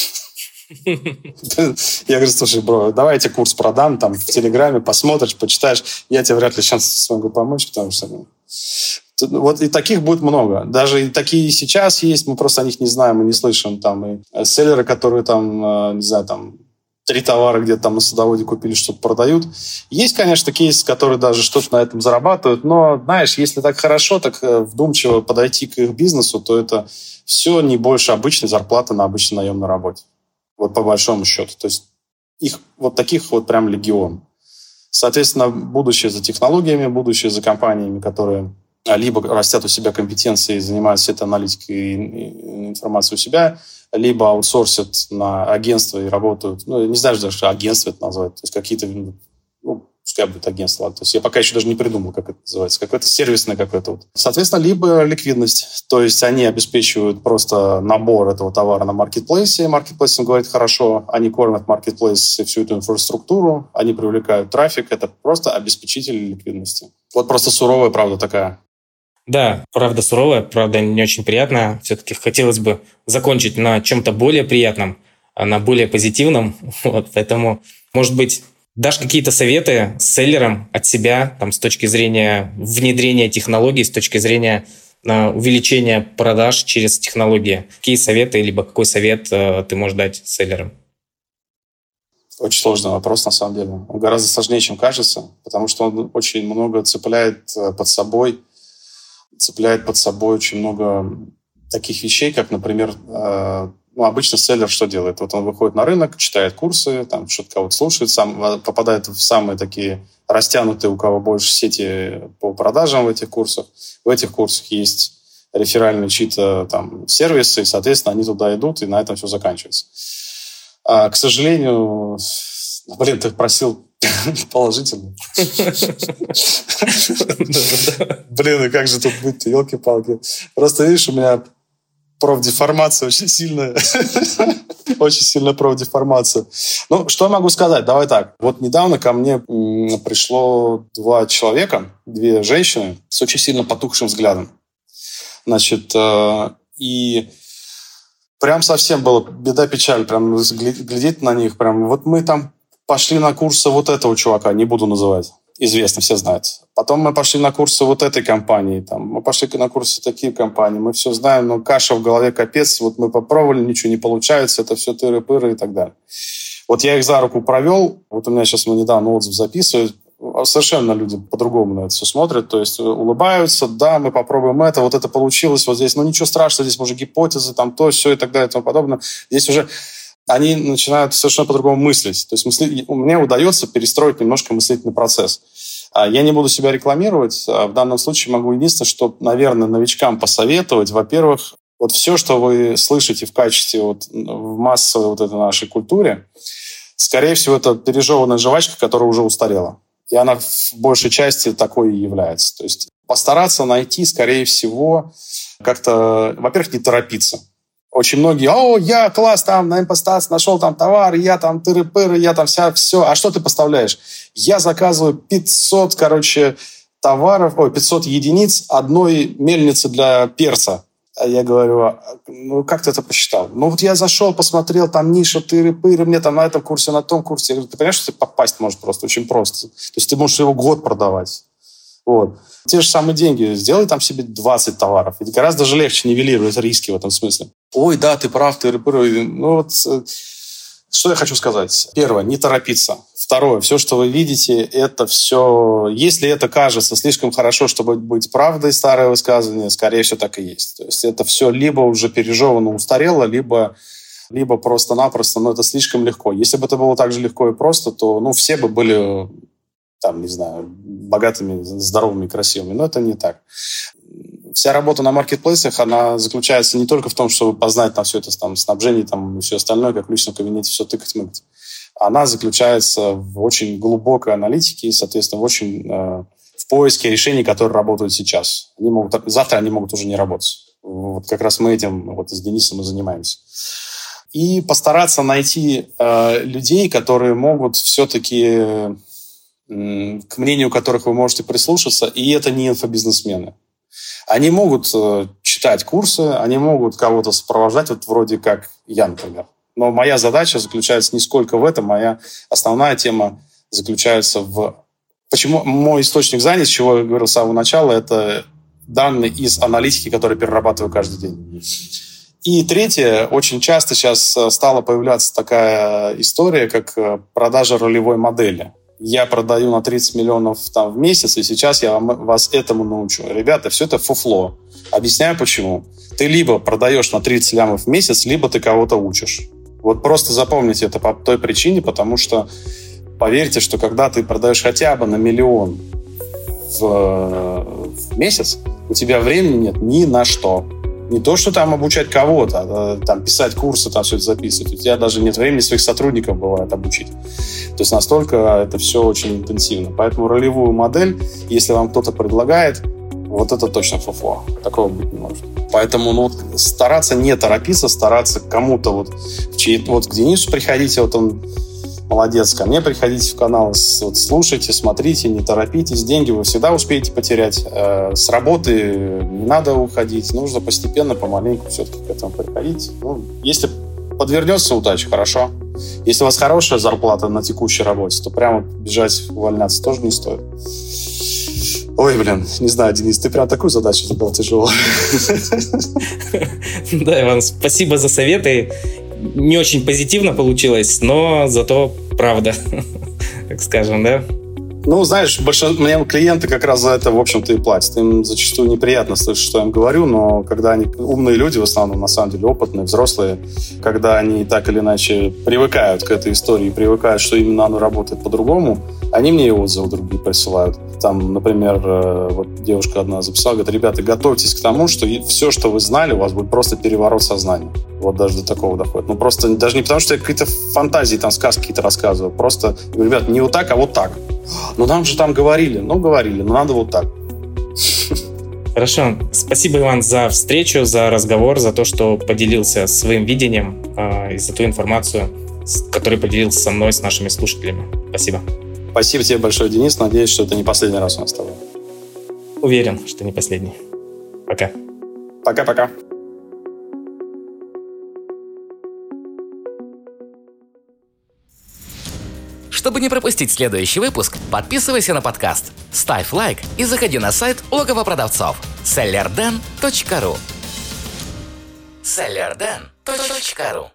Я говорю, слушай, бро, давай я тебе курс продам, там, в Телеграме посмотришь, почитаешь, я тебе вряд ли сейчас смогу помочь, потому что... Вот и таких будет много. Даже и такие сейчас есть, мы просто о них не знаем и не слышим. Там и селлеры, которые там, не знаю, там, три товара где-то там на садоводе купили, что-то продают. Есть, конечно, кейсы, которые даже что-то на этом зарабатывают, но, знаешь, если так хорошо, так вдумчиво подойти к их бизнесу, то это все не больше обычной зарплаты на обычной наемной работе. Вот по большому счету. То есть их вот таких вот прям легион. Соответственно, будущее за технологиями, будущее за компаниями, которые либо растят у себя компетенции и занимаются этой аналитикой и информацией у себя, либо аутсорсят на агентство и работают, ну, не знаю даже, что агентство это назвать, то есть какие-то, ну, пускай будет агентство, то есть я пока еще даже не придумал, как это называется, какое-то сервисное какое-то вот. Соответственно, либо ликвидность, то есть они обеспечивают просто набор этого товара на маркетплейсе, маркетплейс им говорит хорошо, они кормят маркетплейс и всю эту инфраструктуру, они привлекают трафик, это просто обеспечители ликвидности. Вот просто суровая правда такая. Да, правда суровая, правда не очень приятная. Все-таки хотелось бы закончить на чем-то более приятном, на более позитивном. Вот, поэтому, может быть, дашь какие-то советы селлерам от себя там, с точки зрения внедрения технологий, с точки зрения uh, увеличения продаж через технологии? Какие советы, либо какой совет uh, ты можешь дать селлерам? Очень сложный вопрос, на самом деле. Он гораздо сложнее, чем кажется, потому что он очень много цепляет под собой, цепляет под собой очень много таких вещей, как, например, э, ну, обычно селлер что делает? Вот он выходит на рынок, читает курсы, там что-то кого-то слушает, сам попадает в самые такие растянутые, у кого больше сети по продажам в этих курсах. В этих курсах есть реферальные чьи-то там сервисы, и, соответственно, они туда идут, и на этом все заканчивается. А, к сожалению, блин, ты просил положительно. Блин, и как же тут быть-то, елки-палки. Просто, видишь, у меня профдеформация очень сильная. Очень сильная профдеформация. Ну, что я могу сказать? Давай так. Вот недавно ко мне пришло два человека, две женщины с очень сильно потухшим взглядом. Значит, и Прям совсем было беда-печаль, прям глядеть на них, прям вот мы там пошли на курсы вот этого чувака, не буду называть, известно, все знают. Потом мы пошли на курсы вот этой компании, там, мы пошли на курсы таких компаний, мы все знаем, но каша в голове капец, вот мы попробовали, ничего не получается, это все тыры-пыры и так далее. Вот я их за руку провел, вот у меня сейчас мы недавно отзыв записывают, совершенно люди по-другому на это все смотрят, то есть улыбаются, да, мы попробуем это, вот это получилось, вот здесь, ну ничего страшного, здесь уже гипотезы, там то, все и так далее и тому подобное. Здесь уже они начинают совершенно по-другому мыслить. То есть мысли... мне удается перестроить немножко мыслительный процесс. Я не буду себя рекламировать, в данном случае могу единственное, что, наверное, новичкам посоветовать, во-первых, вот все, что вы слышите в качестве вот, в массовой вот этой нашей культуре, скорее всего, это пережеванная жвачка, которая уже устарела. И она в большей части такой и является. То есть постараться найти, скорее всего, как-то, во-первых, не торопиться. Очень многие, о, я класс, там на импостации нашел там товар, я там тыры-пыры, я там вся, все. А что ты поставляешь? Я заказываю пятьсот, короче, товаров, ой, пятьсот единиц одной мельницы для перца. А я говорю, ну, как ты это посчитал? Ну, вот я зашел, посмотрел, там ниша, тыры-пыры, мне там на этом курсе, на том курсе. Я говорю, ты понимаешь, что ты попасть может просто очень просто. То есть ты можешь его год продавать. Вот. Те же самые деньги. Сделай там себе двадцать товаров. Ведь гораздо же легче нивелировать риски в этом смысле. Ой, да, ты прав, тыры-пыры. Ну, вот... Что я хочу сказать? Первое, не торопиться. Второе, все, что вы видите, это все... Если это кажется слишком хорошо, чтобы быть правдой, старое высказывание, скорее всего, так и есть. То есть это все либо уже пережевано, устарело, либо, либо просто-напросто, но это слишком легко. Если бы это было так же легко и просто, то ну, все бы были, там, не знаю, богатыми, здоровыми, красивыми. Но это не так. Вся работа на маркетплейсах, она заключается не только в том, чтобы познать там все это, там, снабжение там, и все остальное, как в личном кабинете все тыкать-мыкать. Она заключается в очень глубокой аналитике и, соответственно, в, очень, э, в поиске решений, которые работают сейчас. Они могут, завтра они могут уже не работать. Вот как раз мы этим вот с Денисом и занимаемся. И постараться найти э, людей, которые могут все-таки, э, к мнению которых вы можете прислушаться, и это не инфобизнесмены. Они могут э, читать курсы, они могут кого-то сопровождать, вот вроде как я, например. Но моя задача заключается не сколько в этом, моя основная тема заключается в... Почему мой источник знаний, с чего я говорил с самого начала, это данные из аналитики, которые перерабатываю каждый день. И третье, очень часто сейчас стала появляться такая история, как продажа ролевой модели. Я продаю на тридцать миллионов там, в месяц, и сейчас я вам, вас этому научу. Ребята, все это фуфло. Объясняю, почему. Ты либо продаешь на тридцать лямов в месяц, либо ты кого-то учишь. Вот просто запомните это по той причине, потому что поверьте, что когда ты продаешь хотя бы на миллион в, в месяц, у тебя времени нет ни на что. Не то, что там обучать кого-то, а, там писать курсы, там все это записывать. У тебя даже нет времени своих сотрудников, бывает, обучить. То есть настолько это все очень интенсивно. Поэтому ролевую модель, если вам кто-то предлагает, вот это точно фуфло. Такого быть не может. Поэтому ну, стараться не торопиться, стараться кому-то вот... Вот к Денису приходите, вот он молодец, ко мне приходите в канал, вот, слушайте, смотрите, не торопитесь. Деньги вы всегда успеете потерять. С работы не надо уходить. Нужно постепенно, помаленьку все-таки к этому приходить. Ну, если подвернется удача, хорошо. Если у вас хорошая зарплата на текущей работе, то прямо бежать, увольняться тоже не стоит. Ой, блин, не знаю, Денис, ты прям такую задачу задал тяжелую. Да, Иван, спасибо за советы. Не очень позитивно получилось, но зато правда, так скажем, да? Ну, знаешь, большинство, мне клиенты как раз за это, в общем-то, и платят. Им зачастую неприятно слышать, что я им говорю, но когда они умные люди, в основном, на самом деле, опытные, взрослые, когда они так или иначе привыкают к этой истории, привыкают, что именно оно работает по-другому, они мне и отзывы другие присылают. Там, например, вот девушка одна записала, говорит, ребята, готовьтесь к тому, что все, что вы знали, у вас будет просто переворот сознания. Вот даже до такого доходит. Ну, просто даже не потому, что я какие-то фантазии, там, сказки какие-то рассказываю. Просто, ребят, не вот так, а вот так. Ну, нам же там говорили. Ну, говорили, но надо вот так. Хорошо. Спасибо, Иван, за встречу, за разговор, за то, что поделился своим видением э, и за ту информацию, которой поделился со мной, с нашими слушателями. Спасибо. Спасибо тебе большое, Денис. Надеюсь, что это не последний раз у нас с тобой. Уверен, что не последний. Пока. Пока-пока. Чтобы не пропустить следующий выпуск, подписывайся на подкаст, ставь лайк и заходи на сайт логово продавцов селлерден точка ру. селлерден точка ру